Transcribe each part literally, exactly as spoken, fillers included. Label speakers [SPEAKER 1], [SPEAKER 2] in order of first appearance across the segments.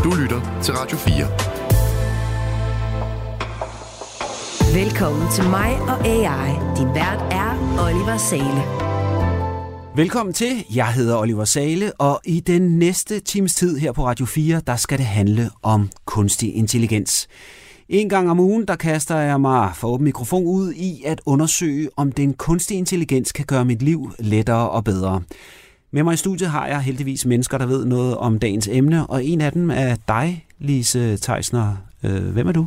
[SPEAKER 1] Du lytter til Radio fire.
[SPEAKER 2] Velkommen til mig og A I. Din vært er Oliver Sale.
[SPEAKER 3] Velkommen til. Jeg hedder Oliver Sale, og i den næste times tid her på Radio fire, der skal det handle om kunstig intelligens. En gang om ugen, der kaster jeg mig for åben mikrofon ud i at undersøge, om den kunstige intelligens kan gøre mit liv lettere og bedre. Med mig i studiet har jeg heldigvis mennesker, der ved noget om dagens emne, og en af dem er dig, Lise Theisner. Hvem er du?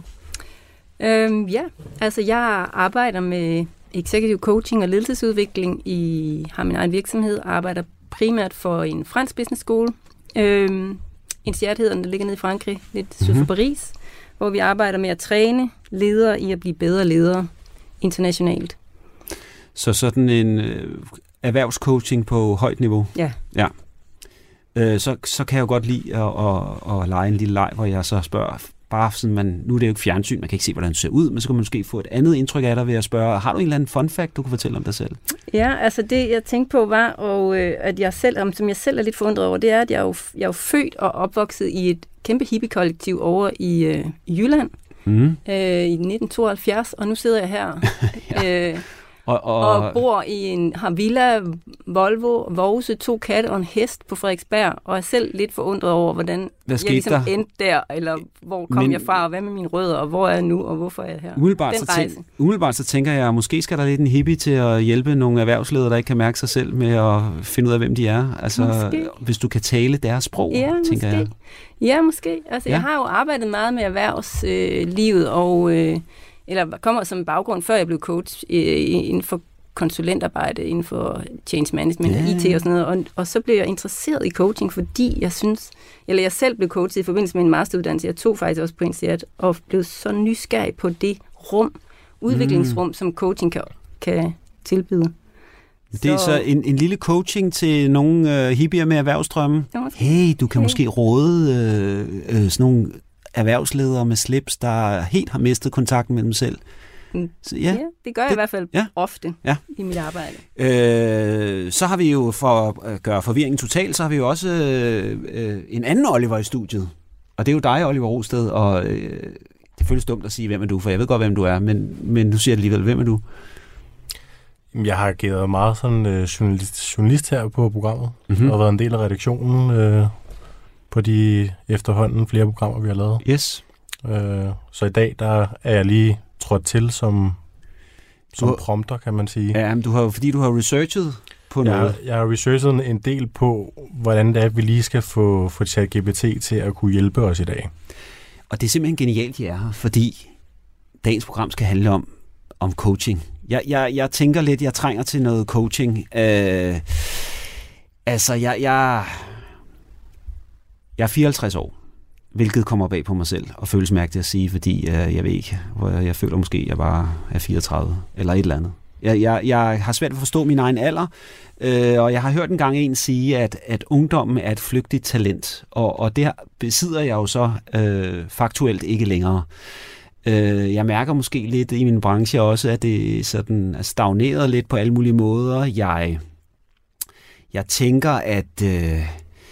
[SPEAKER 4] Øhm, ja, altså jeg arbejder med executive coaching og ledelsesudvikling i, har min egen virksomhed, arbejder primært for en fransk business school. Øhm, Initiat hedder den, der ligger nede i Frankrig, lidt syd for mm-hmm. Paris, hvor vi arbejder med at træne ledere i at blive bedre ledere internationalt.
[SPEAKER 3] Så sådan en øh, erhvervscoaching på højt niveau?
[SPEAKER 4] Ja.
[SPEAKER 3] Ja. Øh, så, så kan jeg jo godt lide at, at, at lege en lille leg, hvor jeg så spørger, bare sådan, man, nu er det jo ikke fjernsyn, man kan ikke se, hvordan det ser ud, men så kan man måske få et andet indtryk af dig ved at spørge, har du en eller anden fun fact, du kan fortælle om dig selv?
[SPEAKER 4] Ja, altså det, jeg tænkte på, var, og, øh, at jeg selv, som jeg selv er lidt forundret over, det er, at jeg er jo, jeg er jo født og opvokset i et kæmpe hippie-kollektiv over i, øh, i Jylland mm. øh, i nitten tooghalvfjerds, og nu sidder jeg her ja. øh, og, og, og bor i en, har villa, Volvo, Vose, to katte og en hest på Frederiksberg, og er selv lidt forundret over, hvordan jeg ligesom der? endte der, eller hvor kom Men, jeg fra, og hvad med mine rødder, og hvor er jeg nu, og hvorfor er jeg her?
[SPEAKER 3] Umiddelbart, så, tænk, umiddelbart så tænker jeg, måske skal der lidt en hippie til at hjælpe nogle erhvervsledere, der ikke kan mærke sig selv med at finde ud af, hvem de er. Altså, måske. Hvis du kan tale deres sprog,
[SPEAKER 4] ja,
[SPEAKER 3] tænker
[SPEAKER 4] måske.
[SPEAKER 3] jeg.
[SPEAKER 4] Ja, måske. Altså, ja. Jeg har jo arbejdet meget med erhvervslivet, øh, og øh, eller kommer som baggrund, før jeg blev coach øh, inden for konsulentarbejde, inden for change management yeah. og I T og sådan noget, og, og så blev jeg interesseret i coaching, fordi jeg synes, eller jeg selv blev coachet i forbindelse med en masteruddannelse, jeg tog faktisk også på Initiat, og blev så nysgerrig på det rum, udviklingsrum, mm. som coaching kan, kan tilbyde.
[SPEAKER 3] Det er så, så en, en lille coaching til nogle øh, hippier med erhvervsdrømme. Hey, du kan hey. måske råde øh, øh, sådan nogle erhvervsledere med slips, der helt har mistet kontakten med dem selv.
[SPEAKER 4] Så, ja, ja, det gør jeg det, i hvert fald ja, ofte ja. i mit arbejde.
[SPEAKER 3] Øh, så har vi jo, for at gøre forvirringen total, så har vi jo også øh, en anden Oliver i studiet. Og det er jo dig, Oliver Rosted, og øh, det føles dumt at sige, hvem er du, for jeg ved godt, hvem du er, men, men du siger alligevel, hvem er du?
[SPEAKER 5] Jeg har ageret meget sådan øh, journalist, journalist her på programmet, mm-hmm. og været en del af redaktionen øh, på de efterhånden flere programmer, vi har lavet.
[SPEAKER 3] Yes.
[SPEAKER 5] Øh, så i dag, der er jeg lige trådt til som, som har, prompter, kan man sige.
[SPEAKER 3] Ja, men du har, fordi du har researchet på
[SPEAKER 5] jeg,
[SPEAKER 3] noget.
[SPEAKER 5] Jeg har researchet en del på, hvordan det er, vi lige skal få, få ChatGPT til at kunne hjælpe os i dag.
[SPEAKER 3] Og det er simpelthen genialt, I er her, fordi dagens program skal handle om, om coaching. Jeg, jeg, jeg tænker lidt, jeg trænger til noget coaching. Øh, altså, jeg, jeg, jeg er fireoghalvtreds år. Hvilket kommer bag på mig selv, og føles mærkeligt at sige, fordi øh, jeg ved ikke, hvor jeg, jeg føler måske, at jeg bare er fireogtredive, eller et eller andet. Jeg, jeg, jeg har svært at forstå min egen alder, øh, og jeg har hørt en gang en sige, at, at ungdommen er et flygtigt talent, og, og det besidder jeg jo så øh, faktuelt ikke længere. Øh, jeg mærker måske lidt i min branche også, at det sådan er stagneret lidt på alle mulige måder. Jeg, jeg tænker, at, øh,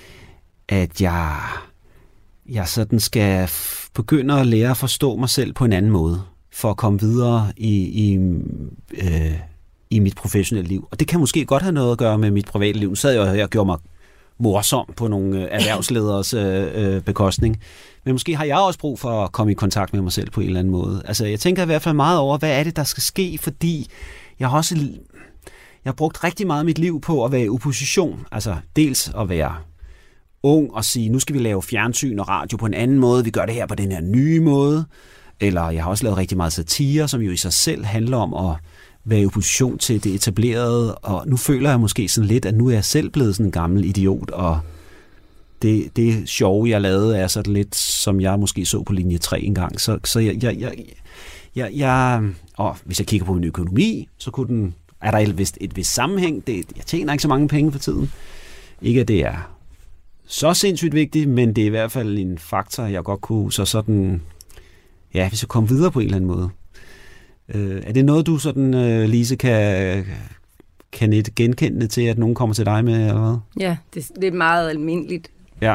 [SPEAKER 3] at jeg... jeg sådan skal f- begynde at lære at forstå mig selv på en anden måde, for at komme videre i, i, øh, i mit professionelle liv. Og det kan måske godt have noget at gøre med mit private liv. Nu sad jeg og gjorde mig morsom på nogle erhvervslederes øh, bekostning. Men måske har jeg også brug for at komme i kontakt med mig selv på en eller anden måde. Altså, jeg tænker i hvert fald meget over, hvad er det, der skal ske, fordi jeg har også jeg har brugt rigtig meget af mit liv på at være i opposition. Altså, dels at være ung og sige, nu skal vi lave fjernsyn og radio på en anden måde, vi gør det her på den her nye måde. Eller jeg har også lavet rigtig meget satire, som jo i sig selv handler om at være i opposition til det etablerede, og nu føler jeg måske sådan lidt, at nu er jeg selv blevet sådan en gammel idiot, og det, det sjove, jeg lavede, er sådan lidt, som jeg måske så på linje tre engang. Så, så jeg, jeg, jeg, jeg, jeg og hvis jeg kigger på min økonomi, så kunne den, er der et vist, et vist sammenhæng. Det, jeg tjener ikke så mange penge for tiden. Ikke at det er så sindssygt vigtigt, men det er i hvert fald en faktor, jeg godt kunne, så sådan, ja, hvis jeg kommer videre på en eller anden måde. Øh, er det noget, du sådan, øh, Lise, kan, kan et genkende til, at nogen kommer til dig med, eller hvad?
[SPEAKER 4] Ja, det, det er meget almindeligt,
[SPEAKER 3] ja.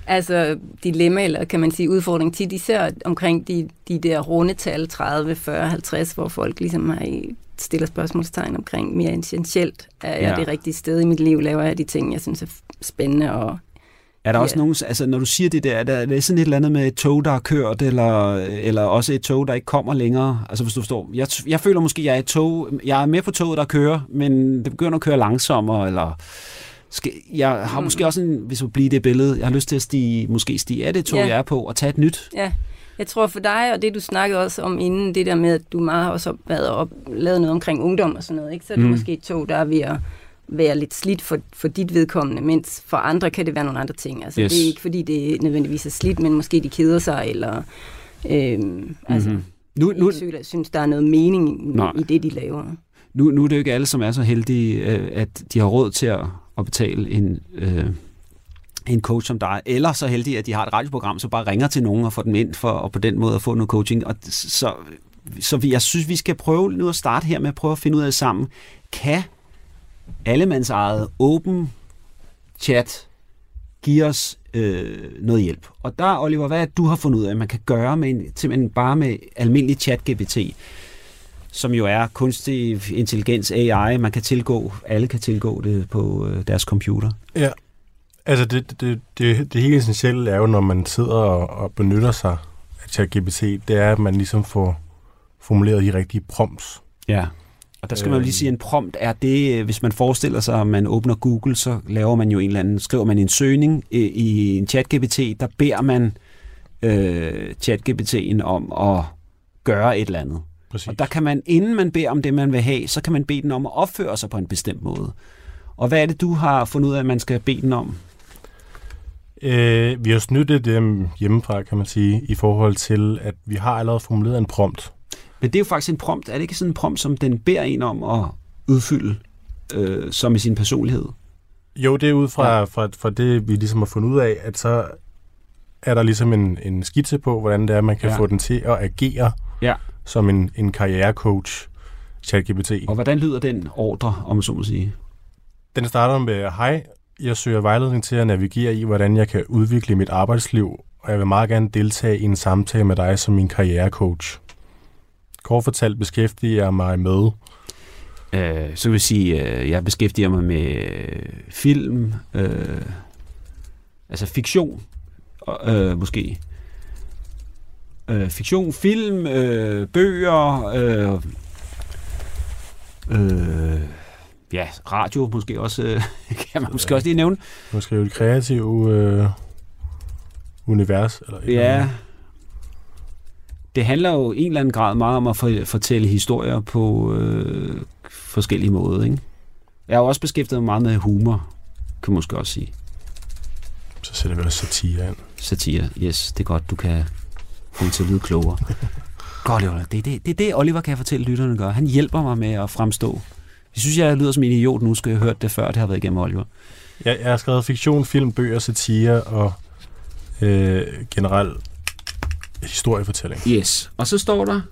[SPEAKER 4] altså dilemma, eller kan man sige udfordring tit, især omkring de, de der rundetal tredive, fyrre, halvtreds, hvor folk ligesom har stiller spørgsmålstegn omkring mere essentielt. Er jeg ja. det rigtige sted i mit liv? Laver jeg de ting, jeg synes er spændende? Og
[SPEAKER 3] er der ja. også nogen, altså når du siger det der, er der, er der sådan et eller andet med et tog, der er kørt, eller, eller også et tog, der ikke kommer længere? Altså hvis du forstår, jeg, jeg føler måske, at jeg er et tog, jeg er med på toget, der kører, men det begynder at køre langsommere, eller skal, jeg har mm. måske også en, hvis du bliver det billede, jeg har lyst til at stige, måske stige af det tog, ja. jeg er på, og tage et nyt.
[SPEAKER 4] Ja, jeg tror for dig, og det du snakkede også om inden, det der med, at du meget også har været op, lavet noget omkring ungdom og sådan noget, ikke? Så er det mm. måske et tog, der er ved at være lidt slidt for, for dit vedkommende, mens for andre kan det være nogle andre ting. Altså, yes. Det er ikke, fordi det nødvendigvis er slidt, men måske de keder sig, eller øhm, mm-hmm. altså, nu, nu, ikke synes, der er noget mening nej. i det, de laver.
[SPEAKER 3] Nu, nu er det jo ikke alle, som er så heldige, at de har råd til at, at betale en, øh, en coach som dig, eller så heldige, at de har et radioprogram, så bare ringer til nogen og får dem ind for og på den måde at få noget coaching. Og så, så vi, jeg synes, vi skal prøve nu at starte her med at prøve at finde ud af sammen, kan allemands eget open chat giver os øh, noget hjælp. Og der, Oliver, hvad er det, du har fundet ud af, at man kan gøre med en, simpelthen bare med almindelig chat-G P T, som jo er kunstig intelligens, A I, man kan tilgå, alle kan tilgå det på øh, deres computer. Ja,
[SPEAKER 5] altså det, det, det, det helt essentielle er jo, når man sidder og, og benytter sig af chat-G P T, det er, at man ligesom får formuleret de rigtige prompts.
[SPEAKER 3] Ja. Og der skal man jo lige sige, en prompt er det, hvis man forestiller sig, at man åbner Google, så laver man jo en eller anden, skriver man en søgning i, i en chat-G P T, der beder man øh, chat-G P T'en om at gøre et eller andet. Præcis. Og der kan man, inden man beder om det, man vil have, så kan man bede den om at opføre sig på en bestemt måde. Og hvad er det, du har fundet ud af, at man skal bede den om?
[SPEAKER 5] Øh, vi har snyttet dem hjemmefra, kan man sige, i forhold til, at vi har allerede formuleret en prompt.
[SPEAKER 3] Men det er jo faktisk en prompt. Er det ikke sådan en prompt, som den beder en om at udfylde, øh, som i sin personlighed?
[SPEAKER 5] Jo, det er ud fra, ja. fra, fra det, vi ligesom har fundet ud af, at så er der ligesom en, en skitse på, hvordan det er, man kan ja. få den til at agere ja. som en, en karrierecoach, ChatGPT.
[SPEAKER 3] Og hvordan lyder den ordre, om så må sige?
[SPEAKER 5] Den starter med, hej, jeg søger vejledning til at navigere i, hvordan jeg kan udvikle mit arbejdsliv, og jeg vil meget gerne deltage i en samtale med dig som min karrierecoach. Kort fortalt beskæftiger jeg mig med?
[SPEAKER 3] Øh, så vil jeg sige, at jeg beskæftiger mig med film, øh, altså fiktion, øh, måske. Øh, fiktion, film, øh, bøger, øh, øh, ja, radio måske også, øh, kan man måske også lige nævne.
[SPEAKER 5] Måske jo et kreativt øh, univers. Eller
[SPEAKER 3] ja, eller det handler jo i en eller anden grad meget om at fortælle historier på øh, forskellige måder, ikke? Jeg har også beskæftiget mig meget med humor, kan man måske også sige.
[SPEAKER 5] Så sætter vi også satire ind.
[SPEAKER 3] Satire, yes. Det er godt, du kan få til at lyde klogere. Godt, Oliver. Det er det, det, er det, Oliver kan fortælle lytterne gør. Han hjælper mig med at fremstå. Jeg synes, jeg lyder som en idiot nu, skal jeg have hørt det før, det har været igennem Oliver.
[SPEAKER 5] Ja, jeg har skrevet fiktion, film, bøger, satire og øh, generelt historiefortælling.
[SPEAKER 3] Yes. Og så står der...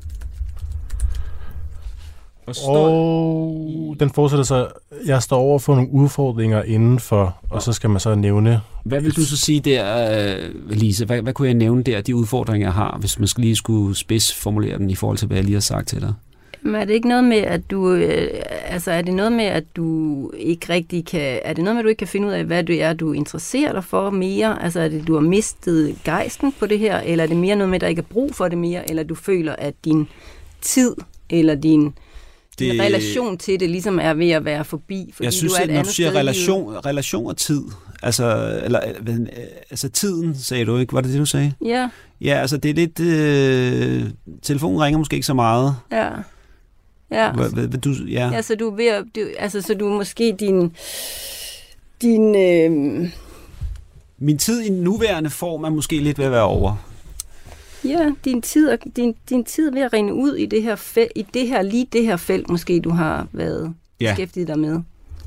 [SPEAKER 5] Og, står og den fortsætter så, jeg står over for nogle udfordringer indenfor, og så skal man så nævne...
[SPEAKER 3] Hvad vil du så sige der, Lise? Hvad, hvad kunne jeg nævne der, de udfordringer, jeg har, hvis man lige skulle spidsformulere dem i forhold til, hvad jeg lige har sagt til dig?
[SPEAKER 4] Men er det ikke noget med, at du... Øh, altså, er det noget med, at du ikke rigtig kan... Er det noget med, at du ikke kan finde ud af, hvad det er, du interesserer dig for mere? Altså, er det, du har mistet gejsten på det her? Eller er det mere noget med, at der ikke er brug for det mere? Eller du føler, at din tid eller din... Det, en relation til det ligesom er ved at være forbi, fordi
[SPEAKER 3] jeg synes,
[SPEAKER 4] du er et
[SPEAKER 3] at, når du siger relation,
[SPEAKER 4] i...
[SPEAKER 3] relation og tid, altså, eller, altså tiden, sagde du ikke? Var det det, du sagde?
[SPEAKER 4] Ja.
[SPEAKER 3] Ja, altså det er lidt... Øh, telefonen ringer måske ikke så meget.
[SPEAKER 4] Ja. Ja.
[SPEAKER 3] Hvad, hvad, du, ja.
[SPEAKER 4] ja, så du er ved at... Du, altså, så du er måske din... din øh...
[SPEAKER 3] Min tid i den nuværende form er måske lidt ved at være over.
[SPEAKER 4] Ja, din tid, din, din tid er ved at rinde ud i det her felt, i det her, lige det her felt, måske du har været ja. beskæftiget dig med.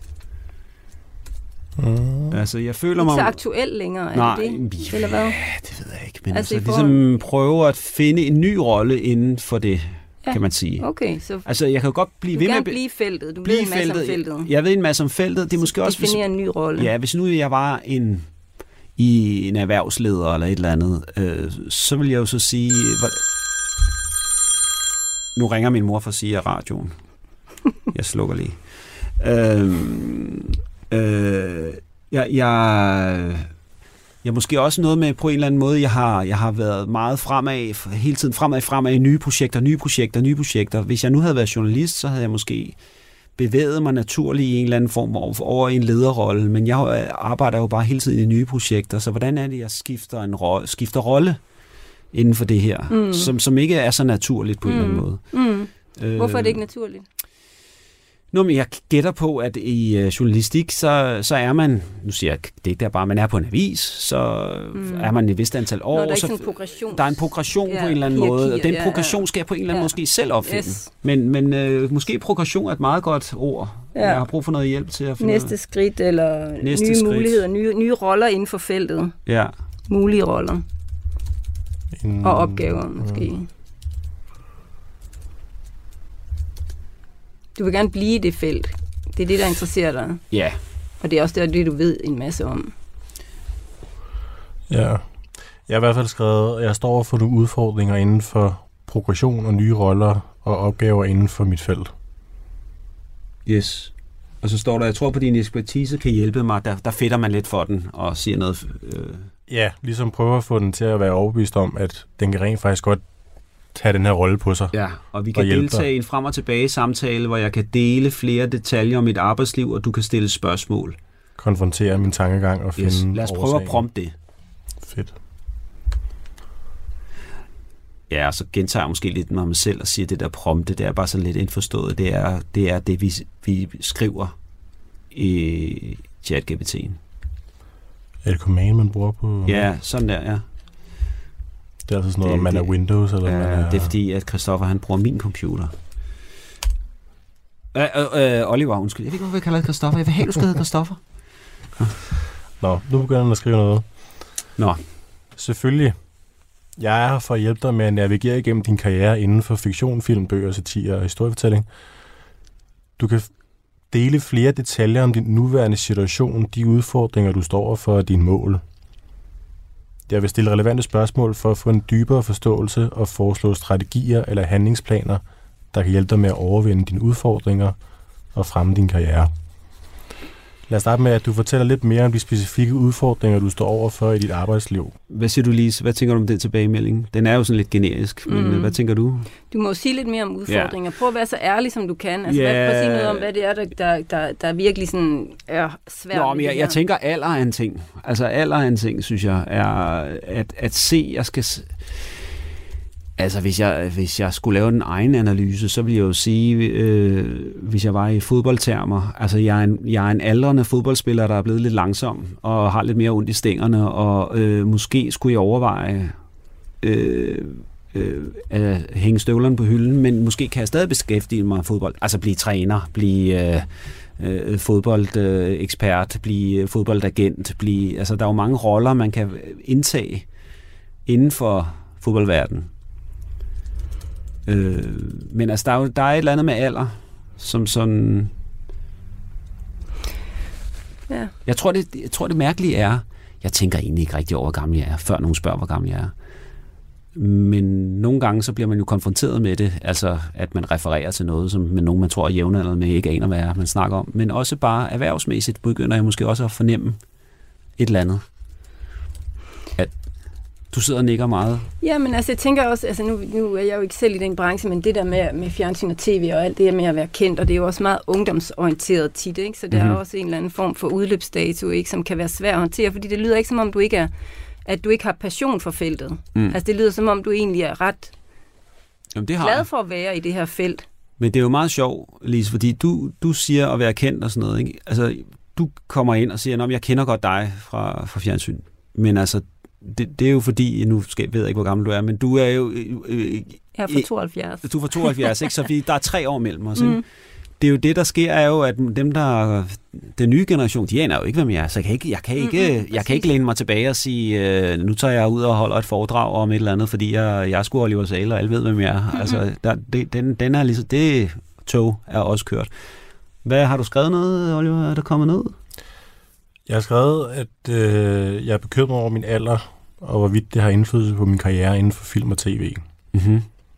[SPEAKER 3] Mm. Altså, jeg føler mig...
[SPEAKER 4] Ikke så aktuelt længere, er
[SPEAKER 3] nej,
[SPEAKER 4] det det?
[SPEAKER 3] Ja,
[SPEAKER 4] eller hvad?
[SPEAKER 3] det ved jeg ikke. Men altså,
[SPEAKER 4] altså
[SPEAKER 3] ligesom for... prøve at finde en ny rolle inden for det, ja. kan man sige.
[SPEAKER 4] Okay, så...
[SPEAKER 3] Altså, jeg kan godt blive ved med...
[SPEAKER 4] Du kan blive feltet. Du bliver en masse om feltet.
[SPEAKER 3] Jeg ved en masse om feltet. Det er måske også...
[SPEAKER 4] Definere en ny rolle.
[SPEAKER 3] Ja, hvis nu jeg var en... i en erhvervsleder eller et eller andet, øh, så vil jeg jo så sige... Hvor... Nu ringer min mor for at sige af radioen. Jeg slukker lige. Øh, øh, jeg, jeg, jeg måske også noget med på en eller anden måde, jeg har, jeg har været meget fremad, hele tiden fremad, fremad i nye projekter, nye projekter, nye projekter. Hvis jeg nu havde været journalist, så havde jeg måske bevæget mig naturligt i en eller anden form over, over i en lederrolle, men jeg arbejder jo bare hele tiden i nye projekter, så hvordan er det, jeg skifter, en ro- skifter rolle inden for det her, mm. som, som ikke er så naturligt på mm. en eller anden måde.
[SPEAKER 4] Mm. Øh, Hvorfor er det ikke naturligt?
[SPEAKER 3] Nå, men jeg gætter på, at i uh, journalistik, så, så er man, nu siger jeg, det er ikke der bare, man er på en avis, så mm. er man i et vist antal år.
[SPEAKER 4] Nå, der er ikke
[SPEAKER 3] så,
[SPEAKER 4] sådan en progression.
[SPEAKER 3] Der er en progression
[SPEAKER 4] ja,
[SPEAKER 3] på en eller anden måde, og den
[SPEAKER 4] ja,
[SPEAKER 3] progression
[SPEAKER 4] ja.
[SPEAKER 3] skal jeg på en eller anden
[SPEAKER 4] ja.
[SPEAKER 3] måske selv opfinde.
[SPEAKER 4] Yes.
[SPEAKER 3] Men, men øh, måske progression er et meget godt ord. Ja. Jeg har brug for noget hjælp til at finde
[SPEAKER 4] Næste
[SPEAKER 3] noget.
[SPEAKER 4] skridt, eller
[SPEAKER 3] Næste
[SPEAKER 4] nye
[SPEAKER 3] skridt.
[SPEAKER 4] muligheder, nye, nye roller inden for feltet.
[SPEAKER 3] Ja.
[SPEAKER 4] Mulige roller.
[SPEAKER 5] En,
[SPEAKER 4] og opgaver, måske. Ja. Du vil gerne blive i det felt. Det er det, der interesserer dig.
[SPEAKER 3] Ja.
[SPEAKER 4] Og det er også det, du ved en masse om.
[SPEAKER 5] Ja. Jeg har i hvert fald skrevet, at jeg står for nogle udfordringer inden for progression og nye roller og opgaver inden for mit felt.
[SPEAKER 3] Yes. Og så står der, jeg tror på, din ekspertise kan hjælpe mig. Der, der fedter man lidt for den og siger noget. Øh...
[SPEAKER 5] Ja, ligesom prøver at få den til at være overbevist om, at den kan rent faktisk godt tage den her rolle på sig.
[SPEAKER 3] Ja, og vi kan og deltage i en frem og tilbage samtale, hvor jeg kan dele flere detaljer om mit arbejdsliv, og du kan stille spørgsmål.
[SPEAKER 5] Konfrontere min tankegang og finde
[SPEAKER 3] yes. Lad os prøve at prompte det.
[SPEAKER 5] Fedt.
[SPEAKER 3] Ja, og så gentager jeg måske lidt med mig selv og siger, det der prompte, det er bare sådan lidt indforstået. Det er det, er det vi, vi skriver i ChatGPT'en.
[SPEAKER 5] Er det command, man bruger på?
[SPEAKER 3] Ja, sådan der, ja.
[SPEAKER 5] Det er altså sådan noget, det, om man det, er Windows, eller
[SPEAKER 3] ja,
[SPEAKER 5] man er...
[SPEAKER 3] det er fordi, at Christoffer, han bruger min computer. Øh, øh, øh, Oliver, undskyld. Jeg ved ikke, hvorfor jeg kalder det Christoffer. Jeg vil have, du skal hedde Christoffer.
[SPEAKER 5] Nå, nu begynder han at skrive noget.
[SPEAKER 3] Nå.
[SPEAKER 5] Selvfølgelig. Jeg er her for at hjælpe dig med at navigere igennem din karriere inden for fiktion, film, bøger, satire og historiefortælling. Du kan dele flere detaljer om din nuværende situation, de udfordringer, du står overfor og dine mål. Jeg vil stille relevante spørgsmål for at få en dybere forståelse og foreslå strategier eller handlingsplaner, der kan hjælpe dig med at overvinde dine udfordringer og fremme din karriere. Lad os starte med, at du fortæller lidt mere om de specifikke udfordringer, du står overfor i dit arbejdsliv.
[SPEAKER 3] Hvad siger du, Lise? Hvad tænker du om den tilbagemelding? Den er jo sådan lidt generisk, men mm. hvad tænker du?
[SPEAKER 4] Du må sige lidt mere om udfordringer. Ja. Prøv at være så ærlig, som du kan. Altså,
[SPEAKER 3] ja.
[SPEAKER 4] Prøv at sige noget om, hvad det er, der, der, der, der virkelig sådan er svært.
[SPEAKER 3] Nå, men jeg, jeg tænker, alder er en ting. Altså, alder er en ting, synes jeg, er at, at se, jeg skal... Altså, hvis jeg, hvis jeg skulle lave en egen analyse, så ville jeg jo sige, øh, hvis jeg var i fodboldtermer, altså jeg er, en, jeg er en aldrende fodboldspiller, der er blevet lidt langsom, og har lidt mere ondt i stængerne, og øh, måske skulle jeg overveje øh, øh, at hænge støvlerne på hylden, men måske kan jeg stadig beskæftige mig med fodbold, altså blive træner, blive øh, øh, fodboldekspert, blive fodboldagent, blive, altså der er jo mange roller, man kan indtage inden for fodboldverdenen. Øh, men altså, der er, jo, der er et eller andet med alder, som sådan...
[SPEAKER 4] Ja.
[SPEAKER 3] Jeg tror, det, jeg tror, det mærkelige er... Jeg tænker egentlig ikke rigtig over, hvor gammel jeg er, før nogen spørger, hvor gammel jeg er. Men nogle gange, så bliver man jo konfronteret med det, altså at man refererer til noget, som med nogen, man tror er jævnaldrende med, ikke aner, hvad er, man snakker om. Men også bare erhvervsmæssigt begynder jeg måske også at fornemme et eller andet. At du sidder og nikker meget.
[SPEAKER 4] Ja, men altså, jeg tænker også, altså nu, nu er jeg jo ikke selv i den branche, men det der med, med fjernsyn og tv og alt det der med at være kendt, og det er jo også meget ungdomsorienteret tit, ikke? Så der mm-hmm. er også en eller anden form for udløbsdato, ikke, som kan være svær at håndtere, fordi det lyder ikke som om, du ikke er, at du ikke har passion for feltet. Mm. Altså, det lyder som om, du egentlig er ret
[SPEAKER 3] Jamen, det har
[SPEAKER 4] glad
[SPEAKER 3] jeg.
[SPEAKER 4] for at være i det her felt.
[SPEAKER 3] Men det er jo meget sjovt, Lise, fordi du, du siger at være kendt og sådan noget, ikke? Altså, du kommer ind og siger, at jeg kender godt dig fra, fra fjernsyn, men altså, Det, det er jo fordi, nu skal, ved jeg ikke, hvor gammel du er, men du er jo... Øh,
[SPEAKER 4] jeg er fra tooghalvfjerds.
[SPEAKER 3] Du er fra tooghalvfjerds, ikke? Så fordi der er tre år mellem os, ikke? Mm. Det er jo det, der sker, er jo, at dem, der... Den nye generation, de aner jo ikke, hvem jeg er, så jeg kan ikke, jeg kan ikke, mm-hmm, jeg kan ikke læne mig tilbage og sige, øh, nu tager jeg ud og holder et foredrag om et eller andet, fordi jeg, jeg er sgu Oliver Zahle, og alle ved, hvem jeg er. Mm-hmm. Altså, der, det, den, den er ligesom... Det tog er også kørt. Hvad, har du skrevet noget, Oliver? Er der kommet noget?
[SPEAKER 5] Jeg har skrevet, at øh, jeg er bekymret over min alder, og hvorvidt det har indflydelse på min karriere inden for film og tv.
[SPEAKER 3] Mm-hmm.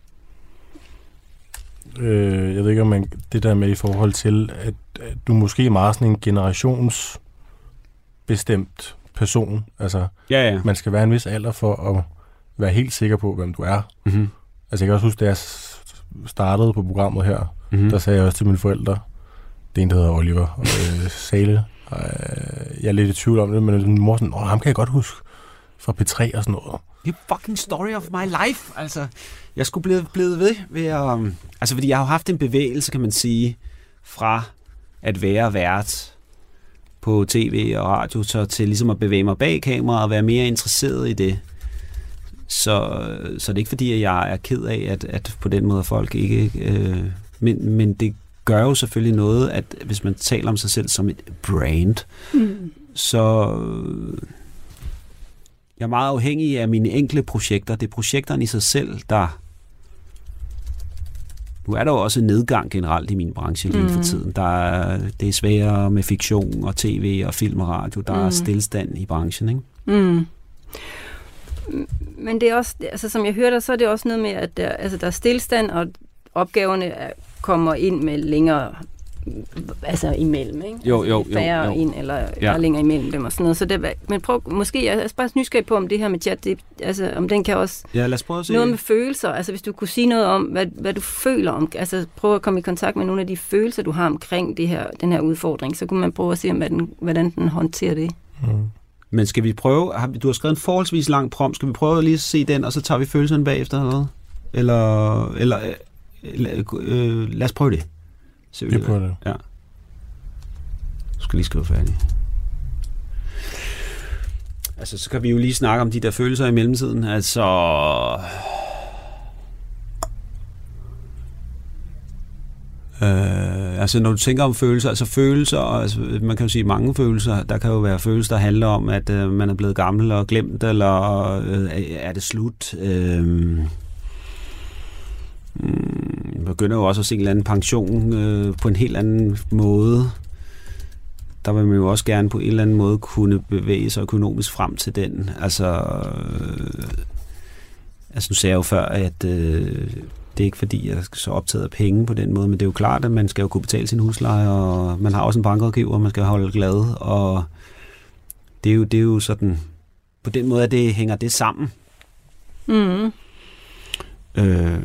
[SPEAKER 5] Øh, jeg ved ikke, om man, det der med i forhold til, at, at du måske er meget sådan en generationsbestemt person. Altså,
[SPEAKER 3] ja, ja.
[SPEAKER 5] Man skal være en vis alder for at være helt sikker på, hvem du er.
[SPEAKER 3] Mm-hmm.
[SPEAKER 5] Altså, jeg kan også huske, da jeg startede på programmet her, mm-hmm. der sagde jeg også til mine forældre, det er en, der hedder Oliver og, øh, Sale. Og, øh, jeg er lidt i tvivl om det, men min mor sådan, åh, ham kan jeg godt huske fra P tre og sådan noget.
[SPEAKER 3] Det er fucking story of my life, altså. Jeg skulle blive blevet ved ved at... Um, altså, fordi jeg har jo haft en bevægelse, kan man sige, fra at være vært på tv og radio, så til ligesom at bevæge mig bag kameraet og være mere interesseret i det. Så, så det er ikke fordi, at jeg er ked af, at, at på den måde folk ikke... Øh, men, men det gør jo selvfølgelig noget, at hvis man taler om sig selv som et brand, mm. så... Jeg er meget afhængig af mine enkle projekter. Det er projekterne i sig selv, der... Nu er der jo også en nedgang generelt i min branche lige mm. for tiden. Der er, det er sværere med fiktion og tv og film og radio. Der mm. er stillstand i branchen, ikke?
[SPEAKER 4] Mm. Men det er også, altså som jeg hører dig, så er det også noget med, at der, altså, der er stillstand, og opgaverne kommer ind med længere... altså imellem, ikke?
[SPEAKER 3] Jo, jo,
[SPEAKER 4] altså, færre
[SPEAKER 3] jo, jo.
[SPEAKER 4] ind, eller
[SPEAKER 3] ja.
[SPEAKER 4] er længere imellem dem og sådan noget. Så det, men prøv, måske, jeg er bare nysgerrig på, om det her med chat, det, altså om den kan også...
[SPEAKER 3] Ja, lad os prøve at se.
[SPEAKER 4] Noget med følelser, altså hvis du kunne sige noget om, hvad, hvad du føler om, altså prøv at komme i kontakt med nogle af de følelser, du har omkring det her, den her udfordring, så kunne man prøve at se, hvad den, hvordan den håndterer det.
[SPEAKER 3] Mm. Men skal vi prøve, du har skrevet en forholdsvis lang prompt, skal vi prøve at lige se den, og så tager vi følelserne bagefter, eller noget? Eller, eller, eller øh, lad os prøve det.
[SPEAKER 5] Så vi prøver det.
[SPEAKER 3] Ja. Jeg skal lige skrive færdig. Altså, så kan vi jo lige snakke om de der følelser i mellemtiden. Altså... Øh, altså, når du tænker om følelser, altså følelser, altså, man kan jo sige mange følelser. Der kan jo være følelser, der handler om, at øh, man er blevet gammel og glemt, eller øh, er det slut? Øh, Man begynder jo også at se en eller anden pension øh, på en helt anden måde. Der vil man jo også gerne på en eller anden måde kunne bevæge sig økonomisk frem til den. Altså, øh, altså nu sagde jeg jo før, at øh, det er ikke fordi, jeg er så optaget af penge på den måde, men det er jo klart, at man skal jo kunne betale sin husleje, og man har også en bankrådgiver, man skal holde glad, og det er jo, det er jo sådan, på den måde, at det hænger det sammen.
[SPEAKER 4] Mm.
[SPEAKER 3] Øh,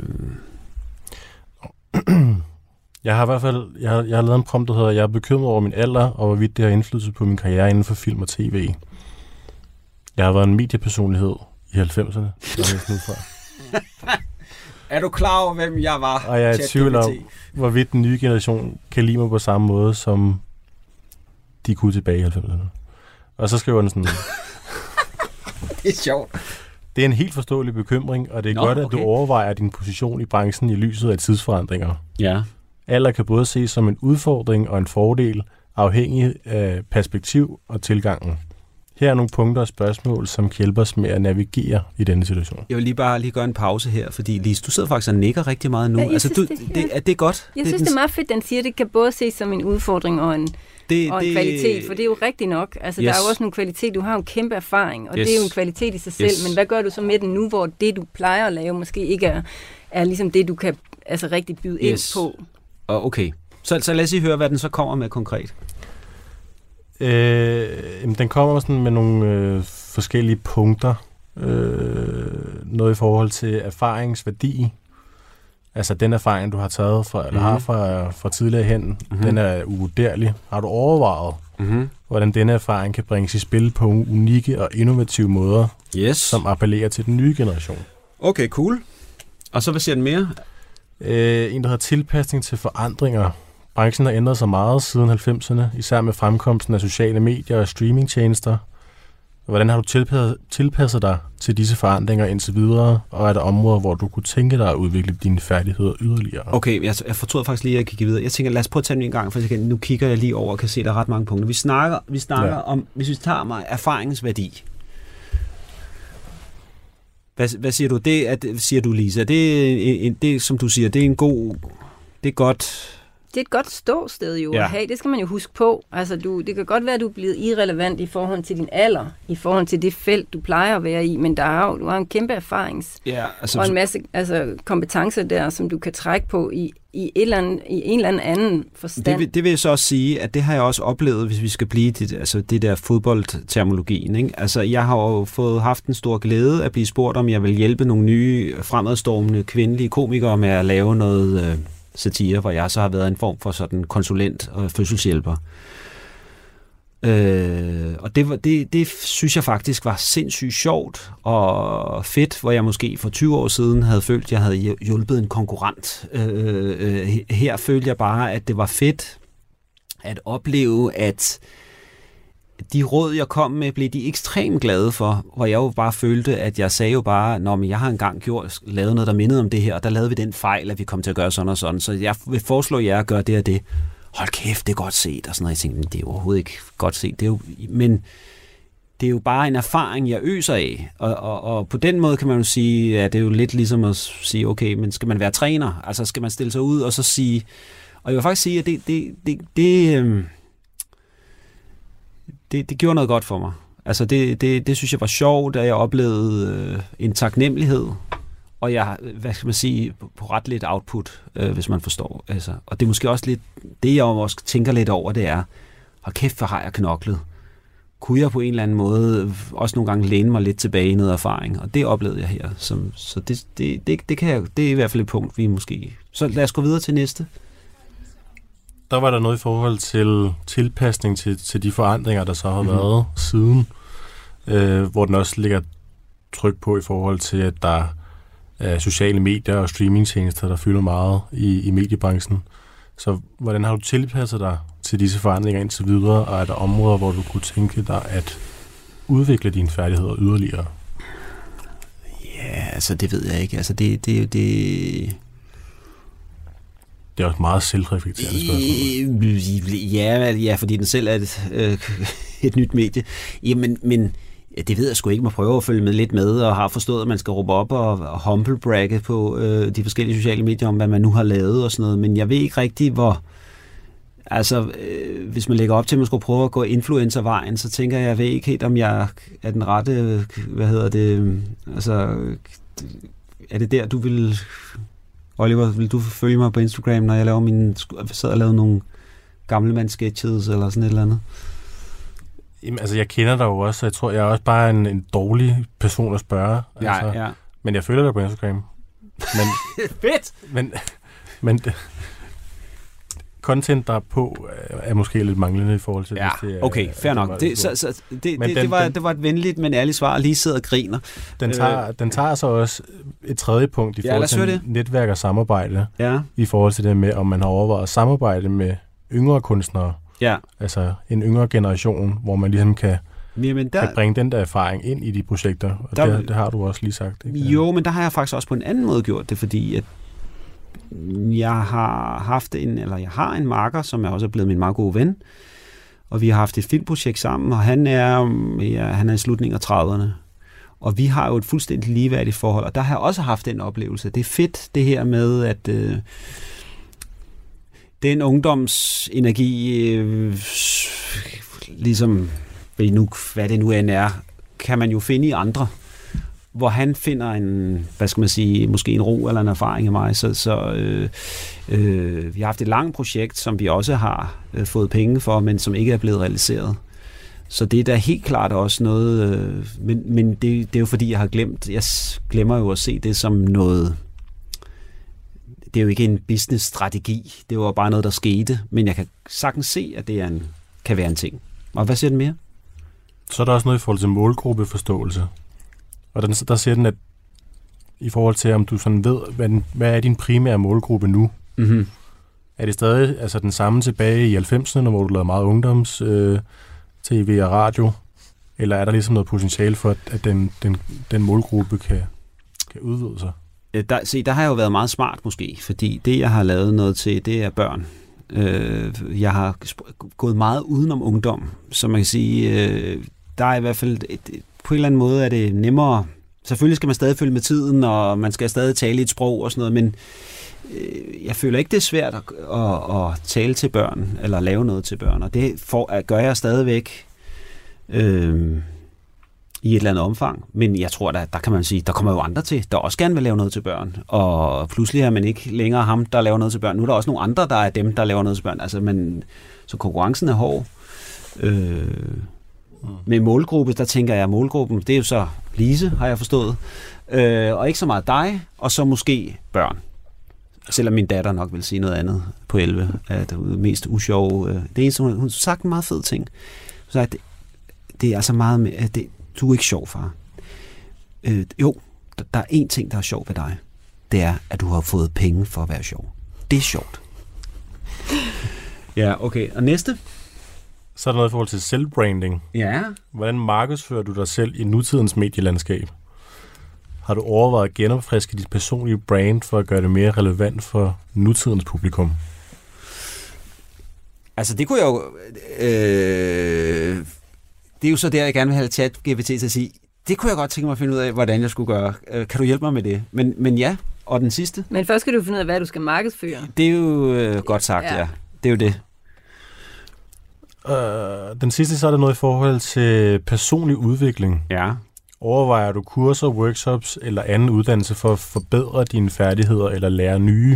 [SPEAKER 5] Jeg har i hvert fald jeg har, jeg har lavet en prompt, der hedder, jeg er bekymret over min alder, og hvorvidt det har indflydelse på min karriere inden for film og tv. Jeg har været en mediepersonlighed i halvfemserne.
[SPEAKER 3] er du klar over, hvem jeg var?
[SPEAKER 5] Og jeg er i tvivl om, hvorvidt den nye generation kan lide mig på samme måde, som de kunne tilbage i halvfemserne. Og så skriver den sådan...
[SPEAKER 3] Det er sjovt.
[SPEAKER 5] Det er en helt forståelig bekymring, og det er Nå, godt, at okay. du overvejer din position i branchen i lyset af tidsforandringer.
[SPEAKER 3] Ja.
[SPEAKER 5] Alder kan både ses som en udfordring og en fordel, afhængig af perspektiv og tilgangen. Her er nogle punkter og spørgsmål, som kan hjælpe os med at navigere i denne situation.
[SPEAKER 3] Jeg vil lige bare lige gøre en pause her, fordi Lise, du sidder faktisk og nikker rigtig meget nu.
[SPEAKER 4] Ja,
[SPEAKER 3] altså,
[SPEAKER 4] synes,
[SPEAKER 3] du,
[SPEAKER 4] det,
[SPEAKER 3] det, er det godt?
[SPEAKER 4] Jeg
[SPEAKER 3] det,
[SPEAKER 4] synes, det er meget fedt, den siger, at det kan både ses som en udfordring og en,
[SPEAKER 3] det,
[SPEAKER 4] og en
[SPEAKER 3] det,
[SPEAKER 4] kvalitet, for det er jo rigtigt nok. Altså,
[SPEAKER 3] yes.
[SPEAKER 4] Der er jo også nogle kvalitet. Du har jo en kæmpe erfaring, og
[SPEAKER 3] yes.
[SPEAKER 4] det er jo en kvalitet i sig selv.
[SPEAKER 3] Yes.
[SPEAKER 4] Men hvad gør du så med den nu, hvor det, du plejer at lave, måske ikke er, er ligesom det, du kan altså, rigtig byde
[SPEAKER 3] yes.
[SPEAKER 4] ind på?
[SPEAKER 3] Okay. Så, så lad os lige høre, hvad den så kommer med konkret.
[SPEAKER 5] Øh, den kommer sådan med nogle øh, forskellige punkter. Øh, noget i forhold til erfaringsværdi. Altså den erfaring, du har taget fra, eller mm-hmm. har fra, fra tidligere hen, mm-hmm. den er uvurderlig. Har du overvejet, mm-hmm. hvordan denne erfaring kan bringes i spil på unikke og innovative måder,
[SPEAKER 3] yes.
[SPEAKER 5] som appellerer til den nye generation?
[SPEAKER 3] Okay, cool. Og så hvad siger den mere?
[SPEAKER 5] Øh, en, der hedder tilpasning til forandringer. Branchen har ændret sig meget siden halvfemserne, især med fremkomsten af sociale medier og streamingtjenester. Hvordan har du tilpasset, tilpasset dig til disse forandringer indtil videre, og er der områder, hvor du kunne tænke dig at udvikle dine færdigheder yderligere?
[SPEAKER 3] Okay, jeg, jeg fortrød faktisk lige, at jeg kan give videre. Jeg tænker, lad os prøve at tage den en gang, for jeg, nu kigger jeg lige over og kan se, at der er ret mange punkter. Vi snakker, vi snakker ja. om, hvis vi tager mig erfaringsværdi. Hvad, hvad siger du? Det at, siger du, Lisa, det, en, det, som du siger, det er en god, det er godt,
[SPEAKER 4] det er et godt ståsted jo
[SPEAKER 3] Ja.
[SPEAKER 4] at have. Det skal man jo huske på. Altså, du, det kan godt være, at du er blevet irrelevant i forhold til din alder, i forhold til det felt, du plejer at være i, men der er jo, du har en kæmpe erfarings
[SPEAKER 3] Ja, altså,
[SPEAKER 4] og en masse altså, kompetencer der, som du kan trække på i, i, et eller andet, i en eller anden forstand.
[SPEAKER 3] Det vil, det vil jeg så også sige, at det har jeg også oplevet, hvis vi skal blive det, altså det der fodboldterminologien. Ikke? Altså, jeg har jo fået haft en stor glæde at blive spurgt, om jeg vil hjælpe nogle nye fremadstormende kvindelige komikere med at lave noget øh, satire, hvor jeg så har været en form for sådan konsulent og fødselshjælper. Øh, og det, var, det, det synes jeg faktisk var sindssygt sjovt og fedt, hvor jeg måske for tyve år siden havde følt, at jeg havde hjulpet en konkurrent. Øh, øh, her følte jeg bare, at det var fedt at opleve, at de råd, jeg kom med, blev de ekstremt glade for, hvor jeg jo bare følte, at jeg sagde jo bare, nå, men jeg har engang gjort, lavet noget, der mindede om det her, og der lavede vi den fejl, at vi kom til at gøre sådan og sådan, så jeg vil foreslå jer at gøre det og det. Hold kæft, det er godt set, og sådan noget. Jeg tænkte, det er overhovedet ikke godt set, det er jo, men det er jo bare en erfaring, jeg øser af, og, og, og på den måde kan man jo sige, at det er jo lidt ligesom at sige, okay, men skal man være træner? Altså skal man stille sig ud og så sige, og jeg vil faktisk sige, at det, det, det, det, øh, det, det gjorde noget godt for mig. Altså det, det, det synes jeg var sjovt, at jeg oplevede øh, en taknemmelighed, og jeg, hvad skal man sige, på ret lidt output, øh, hvis man forstår. Altså, og det er måske også lidt, det jeg også tænker lidt over, det er, hold kæft, hvor har jeg knoklet. Kunne jeg på en eller anden måde også nogle gange læne mig lidt tilbage i noget erfaring, og det oplevede jeg her. Som, så det, det, det, det, kan jeg, det er i hvert fald et punkt, vi måske... Så lad os gå videre til næste.
[SPEAKER 5] Der var der noget i forhold til tilpasning til, til de forandringer, der så har mm-hmm. været siden, øh, hvor den også ligger tryk på i forhold til, at der er sociale medier og streamingtjenester, der fylder meget i, i mediebranchen. Så hvordan har du tilpasset dig til disse forandringer indtil videre, og er der områder, hvor du kunne tænke dig at udvikle dine færdigheder yderligere?
[SPEAKER 3] Ja, altså det ved jeg ikke. Altså det... det, det
[SPEAKER 5] Det er også et meget selvreflekterende spørgsmål.
[SPEAKER 3] Ja, ja, fordi den selv er et, øh, et nyt medie. Jamen, men det ved jeg sgu ikke. Man prøver at følge med lidt med, og har forstået, at man skal råbe op og, og humblebragge på øh, de forskellige sociale medier om, hvad man nu har lavet og sådan noget. Men jeg ved ikke rigtig, hvor... Altså, øh, hvis man lægger op til, at man skulle prøve at gå influencervejen, så tænker jeg, jeg ved ikke helt, om jeg er den rette... Hvad hedder det? Altså, er det der, du vil... Oliver, vil du følge mig på Instagram, når jeg laver min, sad og lavede nogle gamlemandssketches eller sådan et eller andet?
[SPEAKER 5] Jamen, altså, jeg kender dig jo også, så jeg tror, jeg er også bare en, en dårlig person at spørge.
[SPEAKER 3] Ja,
[SPEAKER 5] altså,
[SPEAKER 3] ja.
[SPEAKER 5] Men jeg følger dig på Instagram. Men,
[SPEAKER 3] Fedt!
[SPEAKER 5] Men, men content, der er på, er måske lidt manglende i forhold til...
[SPEAKER 3] Ja,
[SPEAKER 5] det, er,
[SPEAKER 3] okay, fair nok. Det, så, så, det, det,
[SPEAKER 5] den,
[SPEAKER 3] det, var,
[SPEAKER 5] den,
[SPEAKER 3] det var et venligt, men ærligt svar, lige sidder og griner.
[SPEAKER 5] Den tager, øh, den tager så også et tredje punkt i forhold
[SPEAKER 3] ja,
[SPEAKER 5] til netværk og samarbejde.
[SPEAKER 3] Ja.
[SPEAKER 5] I forhold til det med, om man har overvejet at samarbejde med yngre kunstnere.
[SPEAKER 3] Ja.
[SPEAKER 5] Altså en yngre generation, hvor man ligesom kan,
[SPEAKER 3] Jamen der,
[SPEAKER 5] kan bringe den der erfaring ind i de projekter. Og der, det, det har du også lige sagt. Ikke?
[SPEAKER 3] Jo, men der har jeg faktisk også på en anden måde gjort det, fordi at jeg har haft en, eller jeg har en makker, som er også er blevet min meget gode ven, og vi har haft et filmprojekt sammen, og han er, ja, han er i slutningen af trediverne. Og vi har jo et fuldstændig ligeværdigt forhold, og der har jeg også haft den oplevelse. Det er fedt, det her med, at øh, den ungdomsenergi, øh, ligesom hvad, nu, hvad det nu end er, kan man jo finde i andre, hvor han finder en, hvad skal man sige, måske en ro eller en erfaring af mig. Så, så øh, øh, vi har haft et langt projekt, som vi også har øh, fået penge for, men som ikke er blevet realiseret. Så det er da helt klart også noget, øh, men, men det, det er jo fordi, jeg har glemt, jeg glemmer jo at se det som noget, det er jo ikke en business-strategi, det var bare noget, der skete, men jeg kan sagtens se, at det er en, kan være en ting. Og hvad siger den mere?
[SPEAKER 5] Så er der også noget i forhold til målgruppeforståelse. Og den, der siger den, at i forhold til, om du sådan ved, hvad, den, hvad er din primære målgruppe nu?
[SPEAKER 3] Mm-hmm.
[SPEAKER 5] Er det stadig altså den samme tilbage i halvfemserne, hvor du lavede meget ungdoms øh, tv og radio? Eller er der ligesom noget potentiale for, at den, den, den målgruppe kan, kan udvide sig?
[SPEAKER 3] Der, se, der har jeg jo været meget smart måske, fordi det, jeg har lavet noget til, det er børn. Øh, jeg har gået meget udenom ungdom, så man kan sige, øh, der er i hvert fald, et, et, på en eller anden måde er det nemmere Selvfølgelig skal man stadig følge med tiden, og man skal stadig tale et sprog og sådan noget, men øh, jeg føler ikke, det er svært at, at, at tale til børn, eller lave noget til børn, og det for, gør jeg stadigvæk øh, i et eller andet omfang. Men jeg tror, der, der kan man sige, der kommer jo andre til, der også gerne vil lave noget til børn, og pludselig er man ikke længere ham, der laver noget til børn. Nu er der også nogle andre, der er dem, der laver noget til børn. Altså, men, så konkurrencen er hård. Øh, med målgruppe, der tænker jeg, målgruppen, det er jo så Lise, har jeg forstået, øh, og ikke så meget dig, og så måske børn. Selvom min datter nok vil sige noget andet på elleve, at det mest usjove. Øh, det eneste, hun, hun har sagt en meget fed ting. Hun har sagt, det, det er altså meget med, det, du er ikke sjov, far. Øh, jo, der, der er én ting, der er sjov ved dig. Det er, at du har fået penge for at være sjov. Det er sjovt. Ja, okay. Og næste?
[SPEAKER 5] Så er der noget i forhold til selvbranding.
[SPEAKER 3] Ja.
[SPEAKER 5] Hvordan markedsfører du dig selv i nutidens medielandskab? Har du overvejet at genopfriske dit personlige brand for at gøre det mere relevant for nutidens publikum?
[SPEAKER 3] Altså, det kunne jeg jo... Øh, det er jo så der, jeg gerne vil have ChatGPT til at sige, det kunne jeg godt tænke mig at finde ud af, hvordan jeg skulle gøre. Øh, kan du hjælpe mig med det? Men, men ja, og den sidste?
[SPEAKER 4] Men først skal du finde ud af, hvad du skal markedsføre.
[SPEAKER 3] Det er jo øh, godt sagt, ja. ja. Det er jo det.
[SPEAKER 5] Uh, den sidste, så er der noget i forhold til personlig udvikling.
[SPEAKER 3] Ja.
[SPEAKER 5] Overvejer du kurser, workshops eller anden uddannelse for at forbedre dine færdigheder eller lære nye?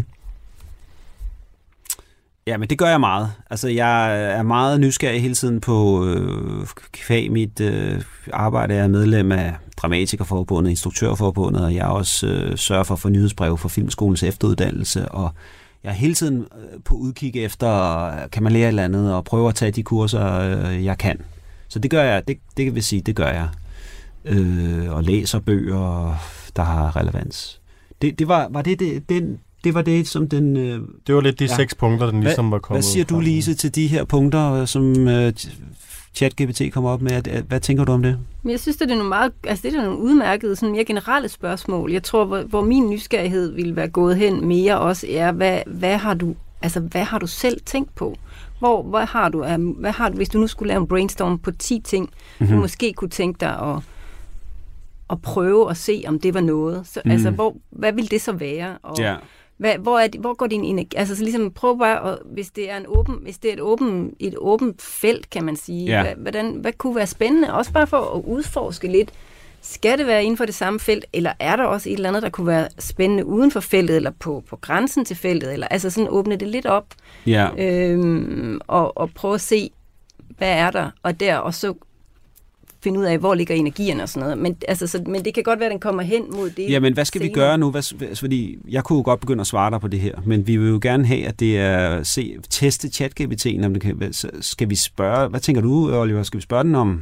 [SPEAKER 3] Ja, men det gør jeg meget. Altså, jeg er meget nysgerrig hele tiden på øh, kvæg mit øh, arbejde. Jeg er medlem af Dramatikerforbundet, Instruktørforbundet, og jeg også øh, sørger for at få nyhedsbreve for Filmskolens efteruddannelse, og jeg er hele tiden på udkig efter, kan man lære et eller andet, og prøve at tage de kurser, øh, jeg kan. Så det gør jeg, det, det vil sige, det gør jeg. Øh, og læser bøger, der har relevans. Det, det var, var det, det, den, det var det, som den... Øh,
[SPEAKER 5] det var lidt de ja. seks punkter, den ligesom
[SPEAKER 3] hvad,
[SPEAKER 5] var kommet.
[SPEAKER 3] Hvad siger du, Lise, til de her punkter, som øh, ChatGPT kommer op med? Hvad tænker du om det?
[SPEAKER 4] Men jeg synes, det er nogle meget, altså det er nogle udmærkede, sådan mere generelle spørgsmål. Jeg tror, hvor, hvor min nysgerrighed ville være gået hen mere også er, hvad, hvad har du, altså hvad har du selv tænkt på? Hvor, hvad har du, hvad har du, hvis du nu skulle lave en brainstorm på ti ting, mm-hmm. du måske kunne tænke dig at, at prøve at se, om det var noget. Så, mm. Altså, hvor, hvad vil det så være? Og,
[SPEAKER 3] ja.
[SPEAKER 4] Hvad, hvor, er det, hvor går din energi? Altså så ligesom prøv bare, at, hvis det er en åben, hvis det er et åben, et åbent felt, kan man sige.
[SPEAKER 3] Ja.
[SPEAKER 4] Hvad, hvordan, hvad kunne være spændende? Også bare for at udforske lidt. Skal det være inden for det samme felt, eller er der også et eller andet, der kunne være spændende uden for feltet, eller på, på grænsen til feltet, eller altså sådan åbne det lidt op,
[SPEAKER 3] ja.
[SPEAKER 4] øhm, og, og prøve at se, hvad er der, og der, og så finde ud af, hvor ligger energierne og sådan noget. Men, altså, så, men det kan godt være, at den kommer hen mod det.
[SPEAKER 3] Ja, men hvad skal senere. vi gøre nu? Hvad, fordi jeg kunne jo godt begynde at svare dig på det her, men vi vil jo gerne have, at det er se, teste ChatGPT'en, om det kan, skal vi spørge, hvad tænker du, Oliver? Skal vi spørge den om?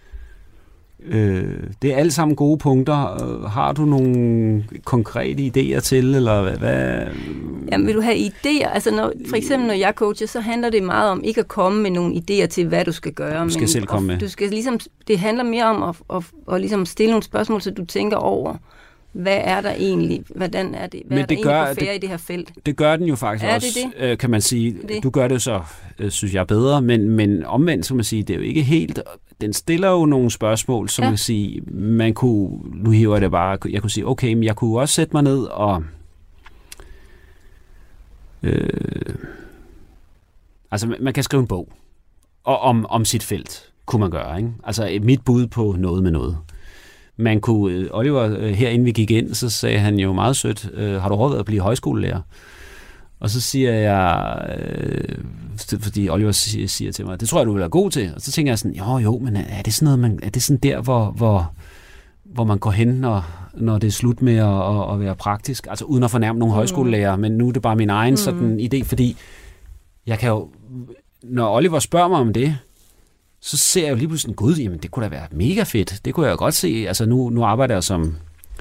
[SPEAKER 3] Øh, det er alle sammen gode punkter. Har du nogle konkrete idéer til, eller hvad? hvad?
[SPEAKER 4] Jamen, vil du have idéer? Altså, når, for eksempel, når jeg coacher, så handler det meget om ikke at komme med nogle idéer til, hvad du skal gøre.
[SPEAKER 3] Du skal
[SPEAKER 4] men,
[SPEAKER 3] selv komme med.
[SPEAKER 4] Du skal ligesom, det handler mere om at, at, at, at ligesom stille nogle spørgsmål, så du tænker over, hvad er der egentlig? Hvordan er det? Hvad
[SPEAKER 3] men
[SPEAKER 4] er der
[SPEAKER 3] det gør,
[SPEAKER 4] egentlig på færre
[SPEAKER 3] det,
[SPEAKER 4] i det her felt?
[SPEAKER 3] Det gør den jo faktisk
[SPEAKER 4] er
[SPEAKER 3] også,
[SPEAKER 4] det det?
[SPEAKER 3] kan man sige.
[SPEAKER 4] Det.
[SPEAKER 3] Du gør det så, synes jeg, bedre, men, men omvendt, så man sige, det er jo ikke helt... Den stiller jo nogle spørgsmål, som ja. man kan sige, man kunne, nu hiver jeg det bare, jeg kunne sige, okay, men jeg kunne også sætte mig ned og... Øh, altså, man kan skrive en bog og om, om sit felt, kunne man gøre, ikke? Altså, mit bud på noget med noget. Man kunne, Oliver, her inden vi gik ind, så sagde han jo meget sødt, øh, har du overvejet at blive højskolelærer? Og så siger jeg, øh, fordi Oliver siger, siger til mig, det tror jeg, du vil være god til. Og så tænker jeg sådan, jo jo, men er det sådan noget, man, er det sådan der, hvor, hvor, hvor man går hen, når, når det er slut med at, at, at være praktisk? Altså uden at fornærme nogle mm. højskolelærer, men nu er det bare min egen mm. sådan idé, fordi jeg kan jo, når Oliver spørger mig om det, så ser jeg jo lige pludselig, gud, jamen det kunne da være mega fedt. Det kunne jeg jo godt se. Altså nu, nu arbejder jeg som...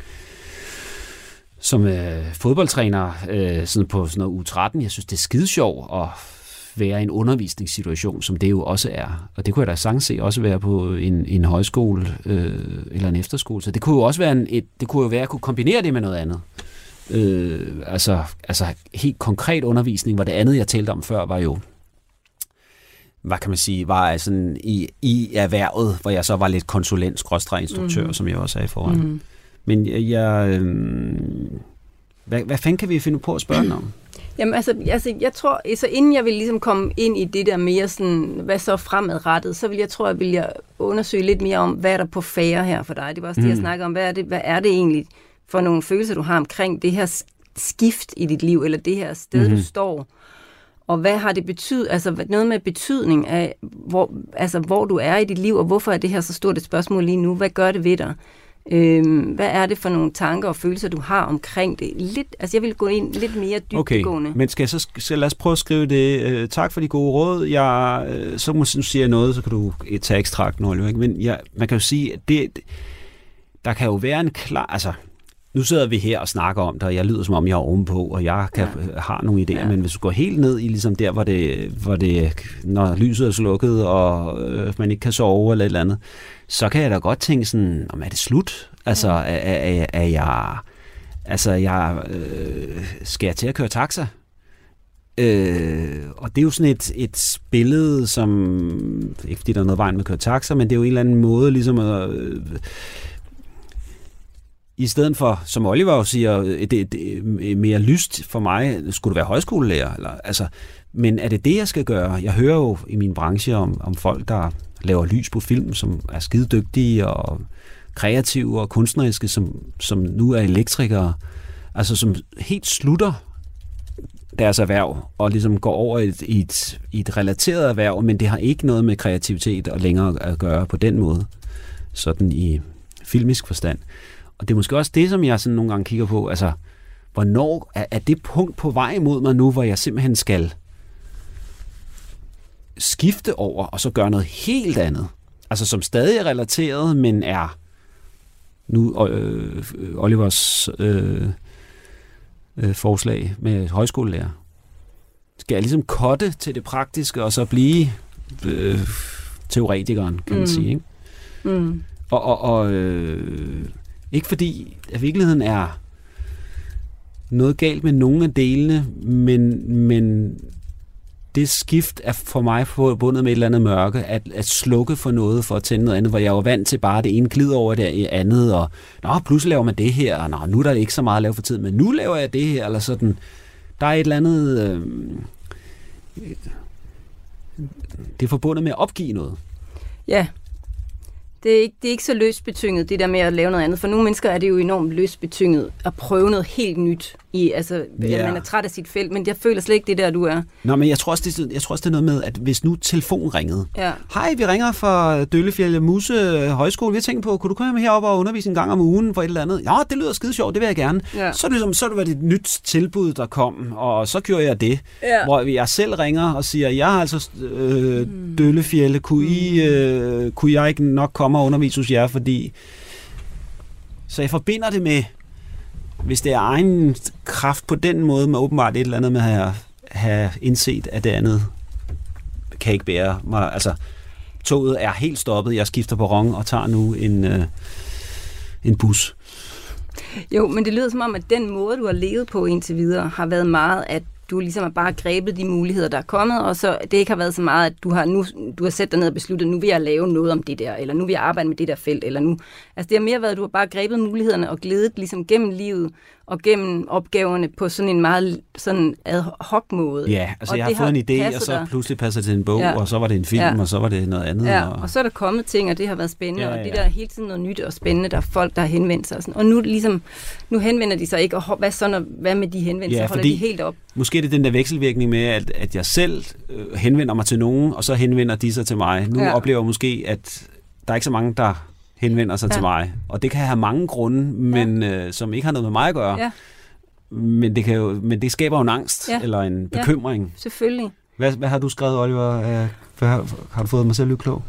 [SPEAKER 3] som øh, fodboldtræner øh, sådan på sådan noget U tretten. Jeg synes, det er skidesjovt at være i en undervisningssituation, som det jo også er. Og det kunne jeg da sagtens se også være på en, en højskole øh, eller en efterskole. Så det kunne jo også være, en, et, det kunne jo være at kunne kombinere det med noget andet. Øh, altså, altså helt konkret undervisning, hvor det andet, jeg talte om før, var jo, hvad kan man sige, var sådan i, i erhvervet, hvor jeg så var lidt konsulent-instruktør, mm. som jeg også er i forvejen. Mm. men jeg... Øh, hvad, hvad fanden kan vi finde på at spørge den om?
[SPEAKER 4] Jamen altså, altså, jeg tror, så inden jeg vil ligesom komme ind i det der mere sådan, hvad så fremadrettet, så vil jeg tror, jeg vil jeg undersøge lidt mere om, hvad er der på færre her for dig. Det var også mm. det, jeg snakkede om. Hvad er det, hvad er det egentlig for nogle følelser, du har omkring det her skift i dit liv, eller det her sted, mm-hmm. du står? Og hvad har det betydet, altså noget med betydning af, hvor, altså, hvor du er i dit liv, og hvorfor er det her så stort et spørgsmål lige nu? Hvad gør det ved dig? Øhm, hvad er det for nogle tanker og følelser, du har omkring det? Lidt, altså jeg vil gå ind lidt mere dybdegående.
[SPEAKER 3] Okay, men skal jeg så, så lad os prøve at skrive det. Uh, tak for de gode råd. Jeg, uh, så må du sige noget, så kan du tage ekstrakt noget. Men jeg, man kan jo sige, at det, der kan jo være en klar... Altså, nu sidder vi her og snakker om det, og jeg lyder som om, jeg er ovenpå, og jeg kan, ja. har nogle idéer, ja. Men hvis du går helt ned i ligesom der, hvor det, hvor det når lyset er slukket, og øh, man ikke kan sove eller et eller andet, så kan jeg da godt tænke sådan, om er det slut? Altså, ja. er, er, er jeg... Altså, jeg... Øh, skal jeg til at køre taxa? Øh, og det er jo sådan et, et billede, som... Ikke fordi der er noget vejen med at køre taxa, men det er jo en eller anden måde, ligesom at... Øh, I stedet for, som Oliver jo siger, det, det mere lyst for mig, skulle du være højskolelærer? Eller, altså, men er det det, jeg skal gøre? Jeg hører jo i min branche om, om folk, der laver lys på film, som er skide dygtige og kreative og kunstneriske, som, som nu er elektrikere, altså som helt slutter deres erhverv og ligesom går over i et, i et, i et relateret erhverv, men det har ikke noget med kreativitet og længere at gøre på den måde, sådan i filmisk forstand. Og det er måske også det, som jeg sådan nogle gange kigger på, altså, hvornår er, er det punkt på vej imod mig nu, hvor jeg simpelthen skal skifte over, og så gøre noget helt andet. Altså, som stadig er relateret, men er nu øh, Olivers øh, øh, forslag med højskolelærer. Skal jeg ligesom cutte til det praktiske, og så blive øh, teoretikeren, kan man mm. sige, ikke? Mm. Og, og, og øh, ikke fordi, at virkeligheden er noget galt med nogle af delene, men, men det skift er for mig forbundet med et eller andet mørke, at, at slukke for noget, for at tænde noget andet, hvor jeg var vant til bare det ene glider over det andet, og nå, pludselig laver man det her, og nå, nu er der ikke så meget at lave for tiden, men nu laver jeg det her, eller sådan. Der er et eller andet... Øh, det er forbundet med at opgive noget.
[SPEAKER 4] Ja. Det er, ikke, det er ikke så løsbetynget, det der med at lave noget andet. For nogle mennesker er det jo enormt løsbetynget at prøve noget helt nyt. I, altså, yeah. Man er træt af sit felt, men jeg føler slet ikke det der, du er.
[SPEAKER 3] Nå, men jeg tror også, det, jeg tror også, det er noget med, at hvis nu telefonen ringede.
[SPEAKER 4] Ja.
[SPEAKER 3] Hej, vi ringer fra Døllefjelde Muse Højskole. Vi tænker på, kunne du komme herop og undervise en gang om ugen for et eller andet? Ja, det lyder skide sjovt, det vil jeg gerne. Ja. Så, ligesom, så var det et nyt tilbud, der kom, og så gjorde jeg det. Ja. Hvor jeg selv ringer og siger, jeg har altså øh, Døllefjelde, kunne, mm. I, øh, kunne jeg ikke nok komme og undervise hos jer, fordi... Så jeg forbinder det med... Hvis det er egen kraft på den måde, med åbenbart et eller andet med at have, have indset, at det andet kan ikke bære mig. Altså, toget er helt stoppet, jeg skifter perron og tager nu en, øh, en bus.
[SPEAKER 4] Jo, men det lyder som om, at den måde, du har levet på indtil videre, har været meget, at du ligesom har bare grebet de muligheder, der er kommet, og så det ikke har været så meget, at du har nu du har sat dig ned og besluttet, nu vil jeg lave noget om det der, eller nu vil jeg arbejde med det der felt, eller nu. Altså det har mere været, at du har bare grebet mulighederne og glædet ligesom gennem livet og gennem opgaverne på sådan en meget sådan ad hoc måde.
[SPEAKER 3] Ja, altså og jeg har fået en idé, og så dig. Pludselig passer det til en bog, ja. Og så var det en film, ja. Og så var det noget andet.
[SPEAKER 4] Ja,
[SPEAKER 3] og...
[SPEAKER 4] og så er der kommet ting, og det har været spændende, ja, ja, ja. Og det der er hele tiden noget nyt og spændende, der er folk, der har henvendt sig. Og, sådan. Og nu, ligesom, nu henvender de sig ikke, og hvad, så, når, hvad med de henvendelser? Ja, holder de helt op?
[SPEAKER 3] Måske er det den der vekselvirkning med, at, at jeg selv øh, henvender mig til nogen, og så henvender de sig til mig. Nu ja. Oplever jeg måske, at der er ikke så mange, der henvender sig ja. Til mig. Og det kan have mange grunde, men ja. øh, som ikke har noget med mig at gøre. Ja. Men det, kan jo, men det skaber jo en angst, ja. Eller en bekymring.
[SPEAKER 4] Ja, selvfølgelig.
[SPEAKER 3] Hvad, hvad har du skrevet, Oliver? Hvad har, har du fået mig selv klog?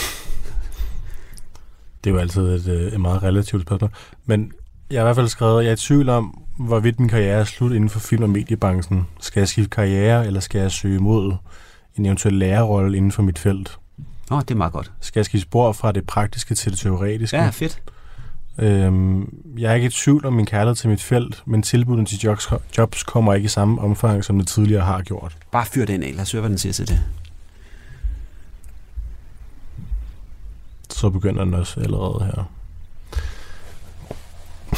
[SPEAKER 5] Det er jo altid et, et meget relativt spørgsmål. Men jeg har i hvert fald skrevet, at jeg er i tvivl om, hvorvidt min karriere er slut inden for film- og mediebranchen. Skal jeg skifte karriere, eller skal jeg søge mod en eventuel lærerrolle inden for mit felt?
[SPEAKER 3] Åh, oh, det er meget godt.
[SPEAKER 5] Skal jeg skifte spor fra det praktiske til det teoretiske?
[SPEAKER 3] Ja, fedt.
[SPEAKER 5] Øhm, jeg er ikke i tvivl om min kærlighed til mit felt, men tilbudene til jobs, jobs kommer ikke i samme omfang, som det tidligere har gjort.
[SPEAKER 3] Bare fyr den af. Lad os høre, hvad den siger til det.
[SPEAKER 5] Så begynder den også allerede her.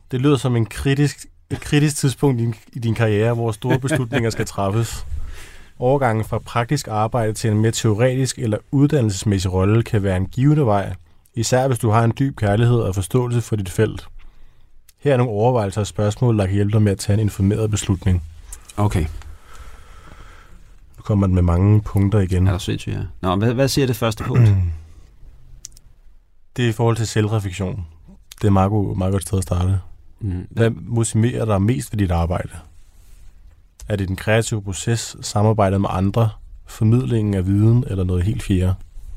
[SPEAKER 5] Det lyder som en kritisk, et kritisk tidspunkt i din, i din karriere, hvor store beslutninger skal træffes. Overgangen fra praktisk arbejde til en mere teoretisk eller uddannelsesmæssig rolle kan være en givende vej, især hvis du har en dyb kærlighed og forståelse for dit felt. Her er nogle overvejelser og spørgsmål, der kan hjælpe dig med at tage en informeret beslutning.
[SPEAKER 3] Okay.
[SPEAKER 5] Nu kommer man med mange punkter igen.
[SPEAKER 3] Er der sindssygt, ja. Nå, hvad, hvad siger det første punkt?
[SPEAKER 5] Det er i forhold til selvreflektion. Det er meget, god, meget godt sted at starte.
[SPEAKER 3] Mm.
[SPEAKER 5] Hvad motiverer dig mest ved dit arbejde? Er det den kreative proces, samarbejdet med andre, formidlingen af viden eller noget helt fjerde?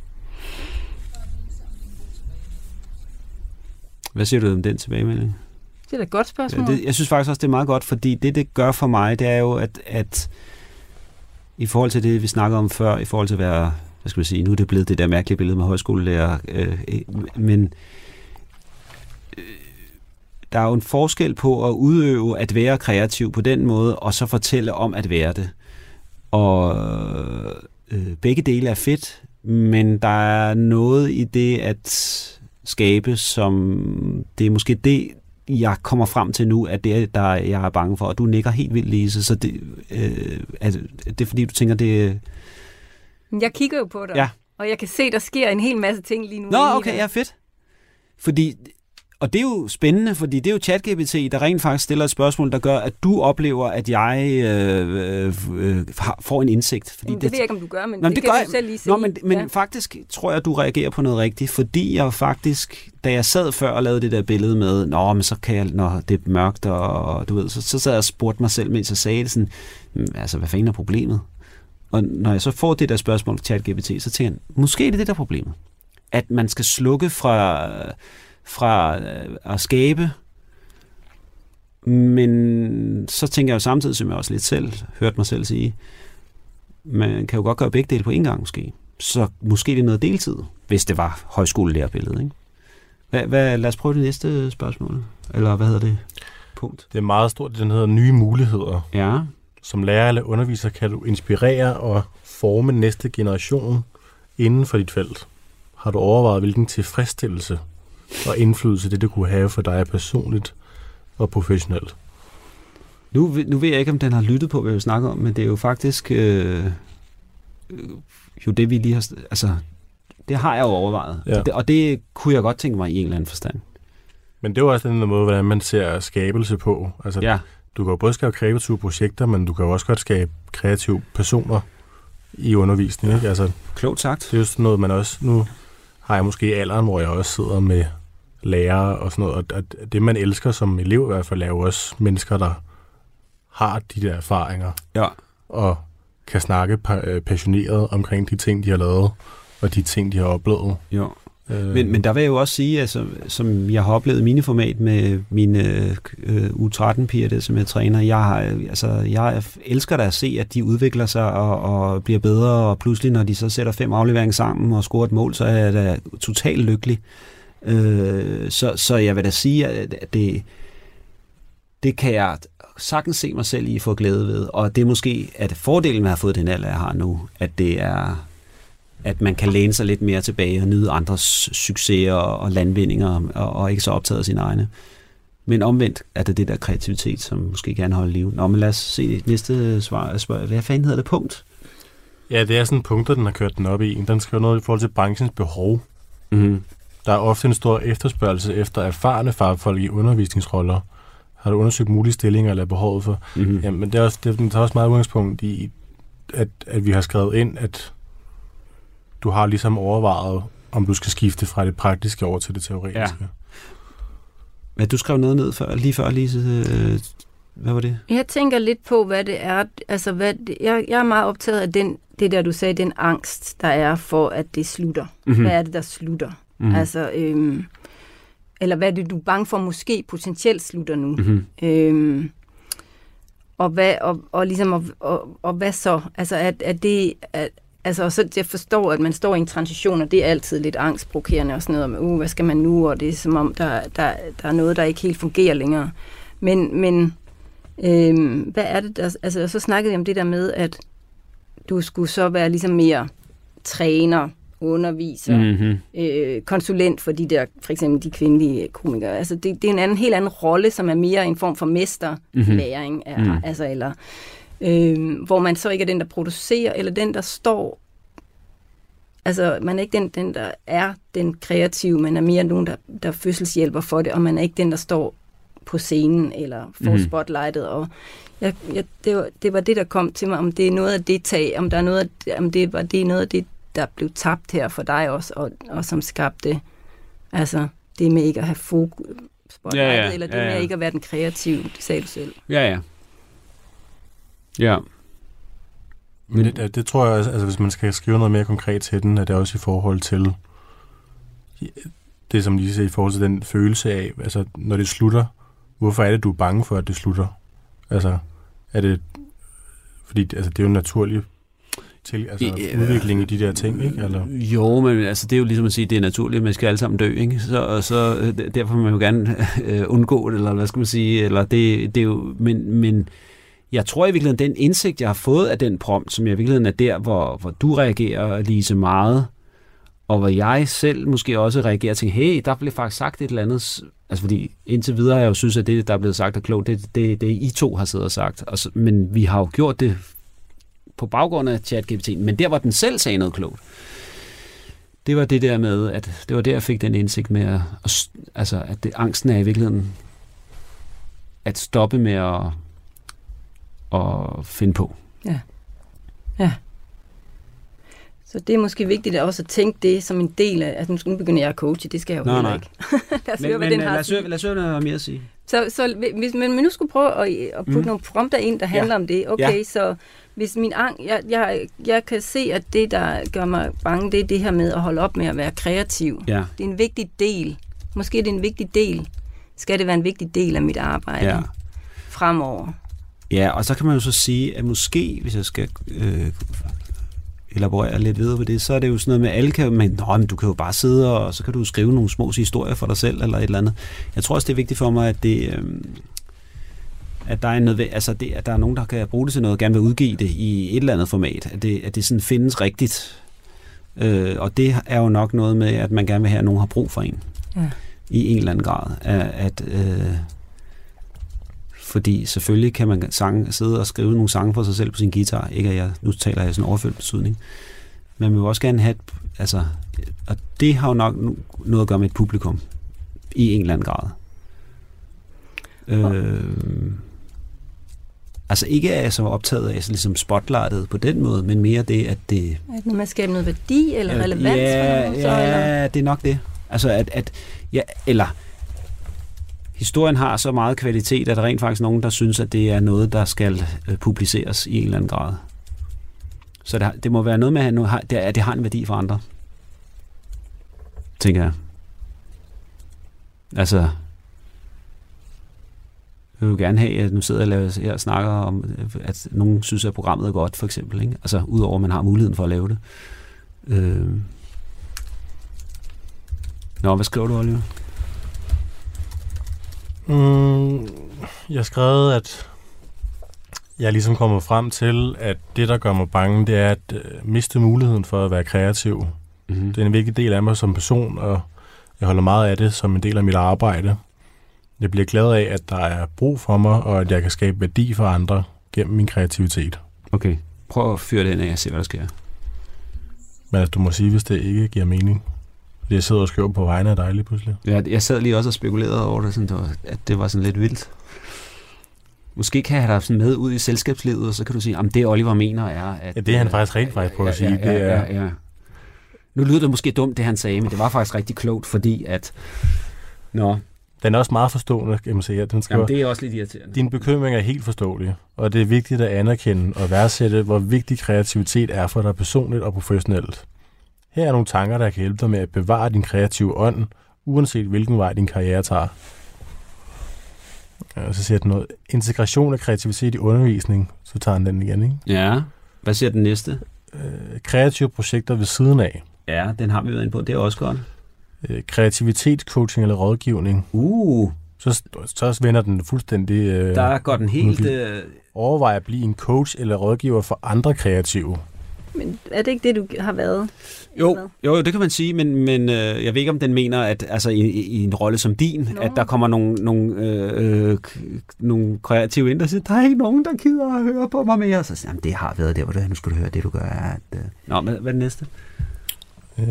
[SPEAKER 3] Hvad siger du om den tilbagemelding?
[SPEAKER 4] Det er da et godt spørgsmål.
[SPEAKER 3] Ja, det, jeg synes faktisk også, det er meget godt, fordi det, det gør for mig, det er jo, at, at i forhold til det, vi snakkede om før, i forhold til at være, hvad skal vi sige, nu er det blevet det der mærkelige billede med højskolelærer, øh, men øh, der er jo en forskel på at udøve at være kreativ på den måde, og så fortælle om at være det. Og øh, begge dele er fedt, men der er noget i det at skabe, som det er måske det, jeg kommer frem til nu, at det er, der jeg er bange for, og du nikker helt vildt, Lise, så det, øh, er det er fordi, du tænker, det...
[SPEAKER 4] Jeg kigger jo på dig,
[SPEAKER 3] ja.
[SPEAKER 4] Og jeg kan se, der sker en hel masse ting lige nu.
[SPEAKER 3] Nå, okay, ja, fedt. Fordi, og det er jo spændende, fordi det er jo ChatGPT, der rent faktisk stiller et spørgsmål, der gør, at du oplever, at jeg øh, øh, øh, får en indsigt. Fordi
[SPEAKER 4] det, det ved jeg ikke, om du gør, men
[SPEAKER 3] Nå,
[SPEAKER 4] det, det
[SPEAKER 3] det
[SPEAKER 4] kan
[SPEAKER 3] gør
[SPEAKER 4] du selv lige se.
[SPEAKER 3] Nå, men, men
[SPEAKER 4] ja.
[SPEAKER 3] faktisk tror jeg, at du reagerer på noget rigtigt, fordi jeg faktisk, da jeg sad før og lavede det der billede med, nå, men så kan jeg, når det er mørkt, og du ved, så, så sad jeg og spurgte mig selv, mens jeg sagde det sådan, altså, hvad fanden er problemet? Og når jeg så får det der spørgsmål til ChatGPT, så tænker jeg, måske er det det der problemet. At man skal slukke fra, fra at skabe, men så tænker jeg jo samtidig, som jeg også lidt selv hørte mig selv sige, man kan jo godt gøre begge dele på en gang måske. Så måske det er noget deltid, hvis det var højskolelærerbilledet, ikke? Hvad, hvad, lad os prøve det næste spørgsmål. Eller hvad hedder det? Punkt.
[SPEAKER 5] Det er meget stort, den hedder nye muligheder.
[SPEAKER 3] Ja.
[SPEAKER 5] Som lærer eller underviser kan du inspirere og forme næste generation inden for dit felt. Har du overvejet, hvilken tilfredsstillelse og indflydelse det, det kunne have for dig personligt og professionelt?
[SPEAKER 3] Nu, nu ved jeg ikke, om den har lyttet på, hvad vi snakker om, men det er jo faktisk øh, jo det, vi lige har... Altså, det har jeg jo overvejet. Ja. Og, det, og det kunne jeg godt tænke mig i en eller anden forstand.
[SPEAKER 5] Men det er jo også den måde, hvordan man ser skabelse på. Altså, ja. Du kan jo både skabe kreative projekter, men du kan jo også godt skabe kreative personer i undervisning. Ikke? Altså,
[SPEAKER 3] klogt sagt.
[SPEAKER 5] Det er jo sådan noget, man også... Nu har jeg måske alderen, hvor jeg også sidder med lærere og sådan noget. Og det, man elsker som elev i hvert fald, er jo også mennesker, der har de der erfaringer.
[SPEAKER 3] Ja.
[SPEAKER 5] Og kan snakke passioneret omkring de ting, de har lavet, og de ting, de har oplevet.
[SPEAKER 3] Jo. Men, men der vil jeg jo også sige, altså, som jeg har oplevet i mine format med mine øh, U tretten-piger, det som jeg træner, jeg, har, altså, jeg elsker da at se, at de udvikler sig og, og bliver bedre, og pludselig, når de så sætter fem afleveringer sammen og scorer et mål, så er jeg da totalt lykkelig. Øh, så, så jeg vil da sige, at det, det kan jeg sagtens se mig selv i at få glæde ved, og det er måske, at fordelen med at have fået den alder, jeg har nu, at det er... at man kan læne sig lidt mere tilbage og nyde andres succeser og landvindinger, og, og ikke så optaget af sine egne. Men omvendt er det det der kreativitet, som måske gerne holder liv. Nå, men lad os se det næste svar. Hvad fanden hedder det punkt?
[SPEAKER 5] Ja, det er sådan punkter, den har kørt den op i. Den skriver noget i forhold til branchens behov.
[SPEAKER 3] Mm-hmm.
[SPEAKER 5] Der er ofte en stor efterspørgsel efter erfarne fagfolk i undervisningsroller. Har du undersøgt mulige stillinger eller behovet for?
[SPEAKER 3] Mm-hmm.
[SPEAKER 5] Jamen, det er også, det, den tager også meget udgangspunkt i, at, at vi har skrevet ind, at du har ligesom overvejet, om du skal skifte fra det praktiske over til det teoretiske. Ja.
[SPEAKER 3] Men du skrev noget ned før, lige før, Lise. Hvad var det?
[SPEAKER 4] Jeg tænker lidt på, hvad det er. Altså, hvad det, jeg, jeg er meget optaget af den, det der, du sagde, den angst, der er for, at det slutter. Mm-hmm. Hvad er det, der slutter? Mm-hmm. Altså, øhm, eller hvad er det, du er bange for, måske potentielt slutter nu? Mm-hmm. Øhm, og, hvad, og, og, ligesom, og, og, og hvad så? Altså, at, at det... At, Altså, så jeg forstår, at man står i en transition, og det er altid lidt angstprovokerende og sådan noget om, uh, hvad skal man nu? Og det er som om, der, der, der er noget, der ikke helt fungerer længere. Men, men øhm, hvad er det der? Altså, så snakkede jeg om det der med, at du skulle så være ligesom mere træner, underviser, mm-hmm. øh, konsulent for de der, for eksempel de kvindelige komikere. Altså det, det er en anden, helt anden rolle, som er mere en form for mesterlæring, mm-hmm. af, mm. altså, eller, øh, hvor man så ikke er den, der producerer, eller den, der står. Altså, man er ikke den, den der er den kreative, man er mere nogen, der, der fødselshjælper for det, og man er ikke den, der står på scenen, eller får mm. spotlightet. Og jeg, jeg, det, var, det var det, der kom til mig, om det er noget af det tag, om der er noget af det, om det var det noget af det, der blev tabt her for dig også, og, og som skabte, altså, det med ikke at have fokus, spotlightet, ja, ja, eller det ja, ja. med ikke at være den kreative, det sagde du selv.
[SPEAKER 3] Ja, ja. Ja.
[SPEAKER 5] Men det, det tror jeg, altså hvis man skal skrive noget mere konkret til den, er det også i forhold til det, som lige siger, i forhold til den følelse af, altså når det slutter, hvorfor er det, du er bange for, at det slutter? Altså, er det, fordi altså, det er jo en naturlig til, altså, I, udvikling i de der ting, ikke? Eller?
[SPEAKER 3] Jo, men altså, det er jo ligesom at sige, det er naturligt, at man skal alle sammen dø, ikke? Så, så derfor må man jo gerne øh, undgå det, eller hvad skal man sige, eller det, det er jo, men, men jeg tror i virkeligheden, den indsigt, jeg har fået af den prompt, som jeg i virkeligheden er der, hvor, hvor du reagerer lige så meget, og hvor jeg selv måske også reagerer og tænker, hey, der blev faktisk sagt et eller andet, altså fordi indtil videre har jeg jo synes, at det, der er blevet sagt er klogt, det, det, det I to har siddet og sagt, og så, men vi har jo gjort det på baggrund af ChatGPT, men der, hvor den selv sagde noget klogt, det var det der med, at det var der, jeg fik den indsigt med, at, at, altså, at det, angsten er i virkeligheden at stoppe med at og finde på.
[SPEAKER 4] Ja. Ja. Så det er måske vigtigt at også at tænke det som en del af, altså nu begynder jeg at coache, det skal jeg jo
[SPEAKER 3] Nå,
[SPEAKER 4] heller
[SPEAKER 3] nej.
[SPEAKER 4] ikke. lad os
[SPEAKER 3] men,
[SPEAKER 4] høre, hvad
[SPEAKER 3] men,
[SPEAKER 4] den har
[SPEAKER 3] lad os høre, lad os høre noget mere at sige.
[SPEAKER 4] Så, så hvis man, man nu skulle prøve at, at putte mm. nogle prompter ind, der handler ja. om det, okay, ja. så hvis min ang, jeg, jeg, jeg kan se, at det, der gør mig bange, det er det her med at holde op med at være kreativ.
[SPEAKER 3] Ja.
[SPEAKER 4] Det er en vigtig del. Måske er det en vigtig del. Skal det være en vigtig del af mit arbejde ja. fremover?
[SPEAKER 3] Ja, og så kan man jo så sige, at måske, hvis jeg skal øh, elaborere lidt videre på det, så er det jo sådan noget med, alle kan, men, nå, men du kan jo bare sidde, og så kan du skrive nogle små historier for dig selv, eller et eller andet. Jeg tror også, det er vigtigt for mig, at det, øh, at der er noget, altså det, at der er nogen, der kan bruge det til noget, og gerne vil udgive det i et eller andet format, at det, at det sådan findes rigtigt. Øh, og det er jo nok noget med, at man gerne vil have, at nogen har brug for en. Ja. I en eller anden grad. At, at øh, fordi selvfølgelig kan man sange, sidde og skrive nogle sange for sig selv på sin guitar. Ikke at jeg, nu taler jeg sådan overført betydning. Men man vil også gerne have, et, altså, og det har jo nok noget at gøre med et publikum. I en eller anden grad. Øh, altså ikke er jeg så optaget af så ligesom spotlightet på den måde, men mere det, at det...
[SPEAKER 4] At man skaber noget værdi eller
[SPEAKER 3] øh,
[SPEAKER 4] relevans
[SPEAKER 3] ja,
[SPEAKER 4] for nogen, så,
[SPEAKER 3] ja,
[SPEAKER 4] eller?
[SPEAKER 3] det er nok det. Altså at, at ja, eller historien har så meget kvalitet, at der rent faktisk nogen, der synes, at det er noget, der skal øh, publiceres i en eller anden grad. Så det, det må være noget med, at det, har, det, det har en værdi for andre. Tænker jeg. Altså, jeg vil jo gerne have, at nu sidder jeg og, her og snakker om, at nogen synes, at programmet er godt, for eksempel. Ikke? Altså, udover at man har muligheden for at lave det. Øh. Nå, hvad skriver du, Oliver?
[SPEAKER 5] Mm, jeg har skrevet, at jeg er ligesom kommet frem til, at det, der gør mig bange, det er at øh, miste muligheden for at være kreativ. Mm-hmm. Det er en vigtig del af mig som person, og jeg holder meget af det som en del af mit arbejde. Jeg bliver glad af, at der er brug for mig, og at jeg kan skabe værdi for andre gennem min kreativitet.
[SPEAKER 3] Okay, prøv at fyre det ind af og se, hvad der sker.
[SPEAKER 5] Men altså, du må sige, hvis det ikke giver mening. Fordi jeg sidder og skriver på vegne af dig lige pludselig.
[SPEAKER 3] Ja, jeg sad lige også og spekulerede over det, sådan, at det var sådan lidt vildt. Måske kan jeg have dig sådan med ud i selskabslivet, og så kan du sige, at det Oliver mener er... At,
[SPEAKER 5] ja, det er han faktisk rigtig faktisk på at sige.
[SPEAKER 3] Ja, ja, ja, ja, ja. Nu lyder det måske dumt, det han sagde, men det var faktisk rigtig klogt, fordi at... Nå.
[SPEAKER 5] Den er også meget forstående, kan man sige. Den skriver,
[SPEAKER 3] jamen, det er også lidt irriterende.
[SPEAKER 5] Din bekymring er helt forståelig, og det er vigtigt at anerkende og værdsætte, hvor vigtig kreativitet er for dig personligt og professionelt. Her er nogle tanker, der kan hjælpe dig med at bevare din kreative ånd, uanset hvilken vej din karriere tager. Ja, så siger den noget. Integration af kreativitet i undervisning. Så tager den den igen, ikke?
[SPEAKER 3] Ja. Hvad siger den næste?
[SPEAKER 5] Øh, kreative projekter ved siden af.
[SPEAKER 3] Ja, den har vi været inde på. Det er også godt.
[SPEAKER 5] Øh, kreativitetscoaching eller rådgivning.
[SPEAKER 3] Uh.
[SPEAKER 5] Så, så vender den fuldstændig... Øh,
[SPEAKER 3] der går den helt... Øh...
[SPEAKER 5] Overvej at blive en coach eller rådgiver for andre kreative.
[SPEAKER 4] Men er det ikke det, du har været?
[SPEAKER 3] Jo, jo, det kan man sige, men, men øh, jeg ved ikke, om den mener, at altså, i, i en rolle som din, no. at der kommer nogle, nogle, øh, nogle kreative ind, der siger, der er ikke nogen, der gider at høre på mig mere. Så siger jeg, det har været der, hvor det nu skal du høre det, du gør. At, øh. Nå, hvad, hvad er det næste?
[SPEAKER 5] Øh,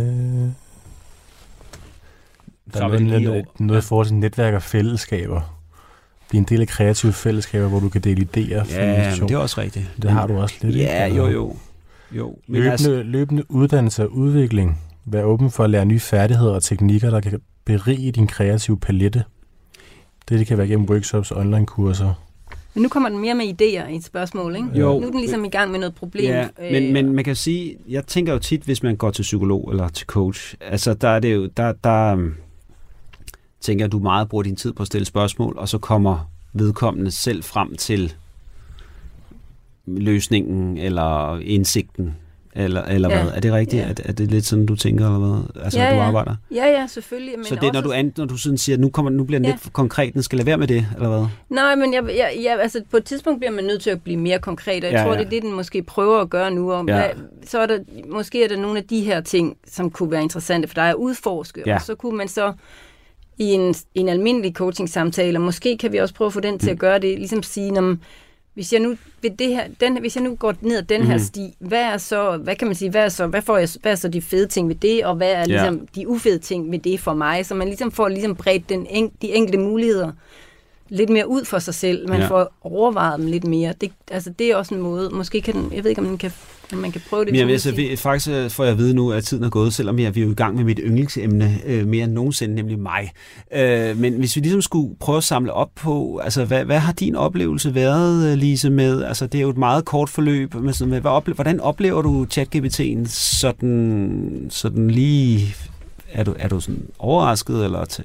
[SPEAKER 5] der er noget, noget, noget i forhold til netværk og fællesskaber. Blive en del af kreative fællesskaber, hvor du kan dele idéer.
[SPEAKER 3] Ja, men det er også rigtigt.
[SPEAKER 5] Det har du også lidt.
[SPEAKER 3] Ja, jo, jo. jo. Men
[SPEAKER 5] løbende,
[SPEAKER 3] altså,
[SPEAKER 5] løbende uddannelse og udvikling. Vær åben for at lære nye færdigheder og teknikker, der kan berige din kreative palette. Det, det kan være gennem workshops og online-kurser.
[SPEAKER 4] Men nu kommer den mere med idéer i et spørgsmål, ikke?
[SPEAKER 3] Jo.
[SPEAKER 4] Nu er den ligesom i gang med noget problem.
[SPEAKER 3] Ja, men, men man kan sige, jeg tænker jo tit, hvis man går til psykolog eller til coach, altså der er det jo, der, der tænker jeg, du meget bruger din tid på at stille spørgsmål, og så kommer vedkommende selv frem til løsningen eller indsigten, eller, eller ja. hvad? Er det rigtigt? Ja. Er, er det lidt sådan, du tænker, eller hvad? Altså,
[SPEAKER 4] ja,
[SPEAKER 3] du
[SPEAKER 4] ja.
[SPEAKER 3] arbejder?
[SPEAKER 4] Ja, ja, selvfølgelig. Men
[SPEAKER 3] så det er, når du, an, når du sådan siger, nu, kommer, nu bliver den
[SPEAKER 4] ja.
[SPEAKER 3] lidt konkret, den skal lade være med det, eller hvad?
[SPEAKER 4] Nej, men jeg, jeg, jeg, altså, på et tidspunkt bliver man nødt til at blive mere konkret, og jeg
[SPEAKER 3] ja,
[SPEAKER 4] tror,
[SPEAKER 3] ja.
[SPEAKER 4] det er det, den måske prøver at gøre nu. Om,
[SPEAKER 3] ja.
[SPEAKER 4] hvad, så er der, måske er der nogle af de her ting, som kunne være interessante for dig at udforske, ja. og så kunne man så i en, en almindelig coaching-samtale, og måske kan vi også prøve at få den til mm. at gøre det, ligesom sige, når Hvis jeg nu ved det her, den, hvis jeg nu går ned ad den mm-hmm. her sti, hvad er så, hvad kan man sige, hvad er så, hvad får jeg, hvad er så de fede ting ved det, og hvad er ligesom ja. de ufede ting ved det for mig, så man ligesom får ligesom bredt den en, de enkelte muligheder lidt mere ud for sig selv, man ja. får overvejet dem lidt mere. Det, altså det er også en måde, måske kan den, jeg ved ikke om man kan, om man kan prøve det.
[SPEAKER 3] Men jeg ved, så, faktisk får jeg at vide nu, at tiden er gået, selvom jeg, vi er jo i gang med mit yndlingsemne øh, mere end nogensinde, nemlig mig. Øh, men hvis vi ligesom skulle prøve at samle op på, altså hvad, hvad har din oplevelse været, Lise, med, altså det er jo et meget kort forløb, med sådan, med, hvad ople- hvordan oplever du ChatGPT'en sådan, sådan lige, er du, er du sådan overrasket, eller t-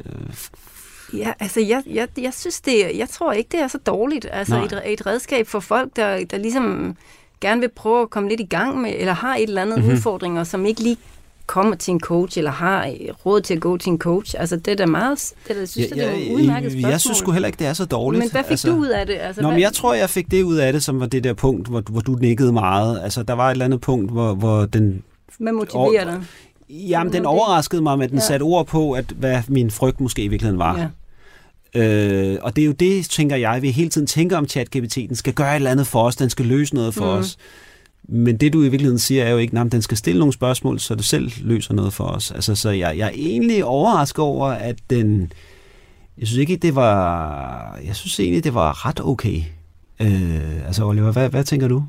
[SPEAKER 4] Ja, altså jeg, jeg, jeg synes det, jeg tror ikke, det er så dårligt. Altså et, et redskab for folk, der, der ligesom gerne vil prøve at komme lidt i gang med, eller har et eller andet mm-hmm. udfordringer, som ikke lige kommer til en coach, eller har råd til at gå til en coach. Altså det er da meget, det er, synes, ja, ja, det er en udmærket spørgsmål.
[SPEAKER 3] Jeg synes sgu heller ikke, det er så dårligt.
[SPEAKER 4] Men hvad fik
[SPEAKER 3] altså,
[SPEAKER 4] du ud af det? Altså,
[SPEAKER 3] nå,
[SPEAKER 4] hvad?
[SPEAKER 3] men jeg tror, jeg fik det ud af det, som var det der punkt, hvor, hvor du nikkede meget. Altså der var et eller andet punkt, hvor, hvor den...
[SPEAKER 4] Hvad motiverer dig?
[SPEAKER 3] Jamen, den overraskede mig, at den ja. satte ord på, at hvad min frygt måske i virkeligheden var. Ja. Øh, og det er jo det, tænker jeg, vi hele tiden tænker om ChatGPT. Den skal gøre et eller andet for os, den skal løse noget for mm. os. Men det, du i virkeligheden siger, er jo ikke, at den skal stille nogle spørgsmål, så det selv løser noget for os. Altså, så jeg, jeg er egentlig overrasket over, at den... Jeg synes ikke, det var... Jeg synes egentlig, det var ret okay. Øh, altså, Oliver, hvad, hvad tænker du?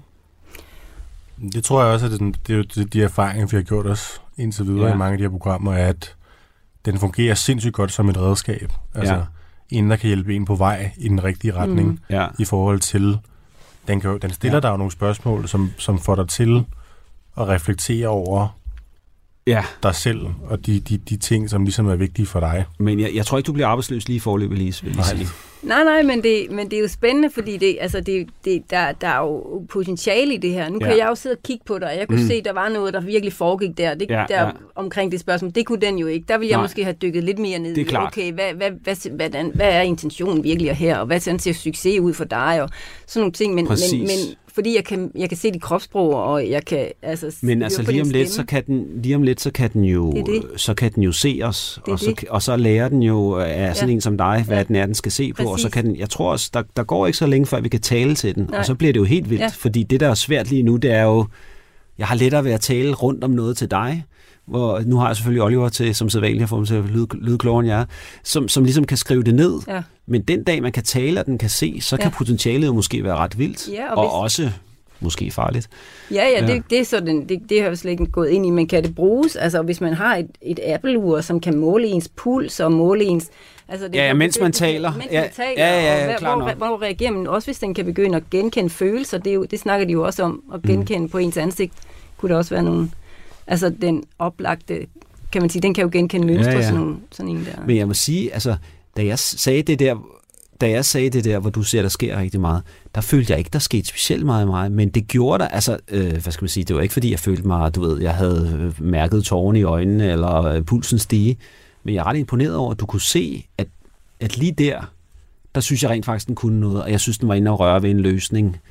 [SPEAKER 5] Det tror jeg også, at det, det er jo de erfaringer, vi har gjort os indtil videre ja. i mange af de her programmer, er, at den fungerer sindssygt godt som et redskab. Altså, ja. en, der kan hjælpe en på vej i den rigtige retning, mm. ja. i forhold til, den, kan, den stiller ja. dig jo nogle spørgsmål, som, som får dig til at reflektere over ja. dig selv, og de, de, de ting, som ligesom er vigtige for dig.
[SPEAKER 3] Men jeg, jeg tror ikke, du bliver arbejdsløs lige forløbet, Lise, vil jeg sige.
[SPEAKER 4] Nej, nej, men det, men det er jo spændende, fordi det, altså det, det, der, der er jo potentiale i det her. Nu ja. kan jeg jo sidde og kigge på dig, og jeg kunne mm. se, at der var noget, der virkelig foregik der, det, ja, der ja. omkring det spørgsmål. Det kunne den jo ikke. Der ville jeg nej. måske have dykket lidt mere ned.
[SPEAKER 3] Det er klart.
[SPEAKER 4] Okay, hvad, hvad, hvad, hvad, hvad er intentionen virkelig her, og hvad ser succes ud for dig, og sådan nogle ting. Men, men, men fordi jeg kan, jeg kan se de kropssprog, og jeg kan... Altså,
[SPEAKER 3] men altså lige om, lidt, så kan den, lige om lidt, så kan den jo, det det. Så kan den jo se os, og så, og så lærer den jo af sådan ja. en som dig, hvad ja. den er, den skal se på, Præcis. og så kan den, jeg tror også, der, der går ikke så længe, før vi kan tale til den, Nej. og så bliver det jo helt vildt, ja. fordi det, der er svært lige nu, det er jo, jeg har lettere ved at tale rundt om noget til dig, hvor nu har jeg selvfølgelig Oliver til, som sædvanligt har fået mig til at lyde, lyde klogere end jeg, som, som ligesom kan skrive det ned. Ja. Men den dag, man kan tale, og den kan se, så ja. kan potentialet jo måske være ret vildt, ja, og, og hvis... også måske farligt.
[SPEAKER 4] Ja, ja, ja. Det, det, er sådan, det, det har jeg slet ikke gået ind i, men kan det bruges? Altså, hvis man har et, et Apple-ur, som kan måle ens puls og måle ens... Altså, det,
[SPEAKER 3] ja, ja, mens
[SPEAKER 4] det,
[SPEAKER 3] man
[SPEAKER 4] det,
[SPEAKER 3] taler.
[SPEAKER 4] Mens
[SPEAKER 3] ja,
[SPEAKER 4] man taler,
[SPEAKER 3] ja, ja, ja,
[SPEAKER 4] og
[SPEAKER 3] klar
[SPEAKER 4] hvor, hvor, hvor reagerer man? Også hvis den kan begynde at genkende følelser, det, er jo, det snakker de jo også om, at genkende mm. på ens ansigt, kunne der også være nogle... Altså, den oplagte, kan man sige, den kan jo genkende mønstre, ja, ja. sådan, nogle, sådan en der.
[SPEAKER 3] Men jeg må sige, altså, da jeg sagde det der... Da jeg sagde det der, hvor du ser, der sker rigtig meget, der følte jeg ikke, der skete specielt meget i mig, men det gjorde der, altså, øh, hvad skal man sige, det var ikke, fordi jeg følte mig, du ved, jeg havde mærket tårerne i øjnene, eller øh, pulsen stige, men jeg er ret imponeret over, at du kunne se, at, at lige der, der synes jeg rent faktisk, den kunne noget, og jeg synes, den var inde og røre ved en løsning,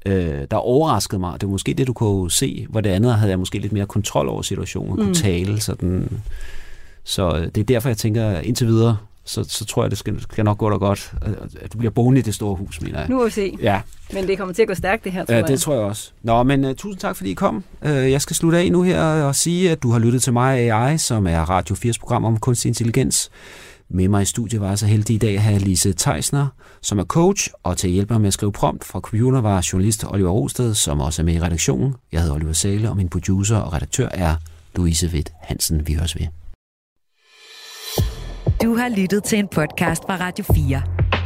[SPEAKER 3] øh, der overraskede mig. Det var måske det, du kunne se, hvor det andet havde jeg måske lidt mere kontrol over situationen, og kunne mm. tale sådan. Så det er derfor, jeg tænker, indtil videre, så, så tror jeg, det skal, skal nok gå dig godt, at du bliver boende i det store hus, mener jeg.
[SPEAKER 4] Nu må vi se.
[SPEAKER 3] Ja.
[SPEAKER 4] Men det kommer til at gå stærkt, det her, tror
[SPEAKER 3] ja,
[SPEAKER 4] jeg.
[SPEAKER 3] det tror jeg også. Nå, men uh, tusind tak, fordi I kom. Uh, jeg skal slutte af nu her og sige, at du har lyttet til mig A I, som er Radio firs program om kunstig intelligens. Med mig i studiet var jeg så heldig i dag at have Lise Theisner, som er coach, og til at hjælpe mig med at skrive prompt fra computer var journalist Oliver Rosted, som også er med i redaktionen. Jeg hedder Oliver Säle, og min producer og redaktør er Louise Witt Hansen. Vi høres ved.
[SPEAKER 2] Du har lyttet til en podcast fra Radio fire.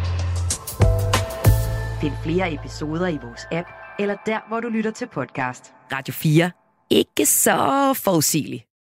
[SPEAKER 2] Find flere episoder i vores app, eller der, hvor du lytter til podcast. Radio fire. Ikke så forudsigeligt.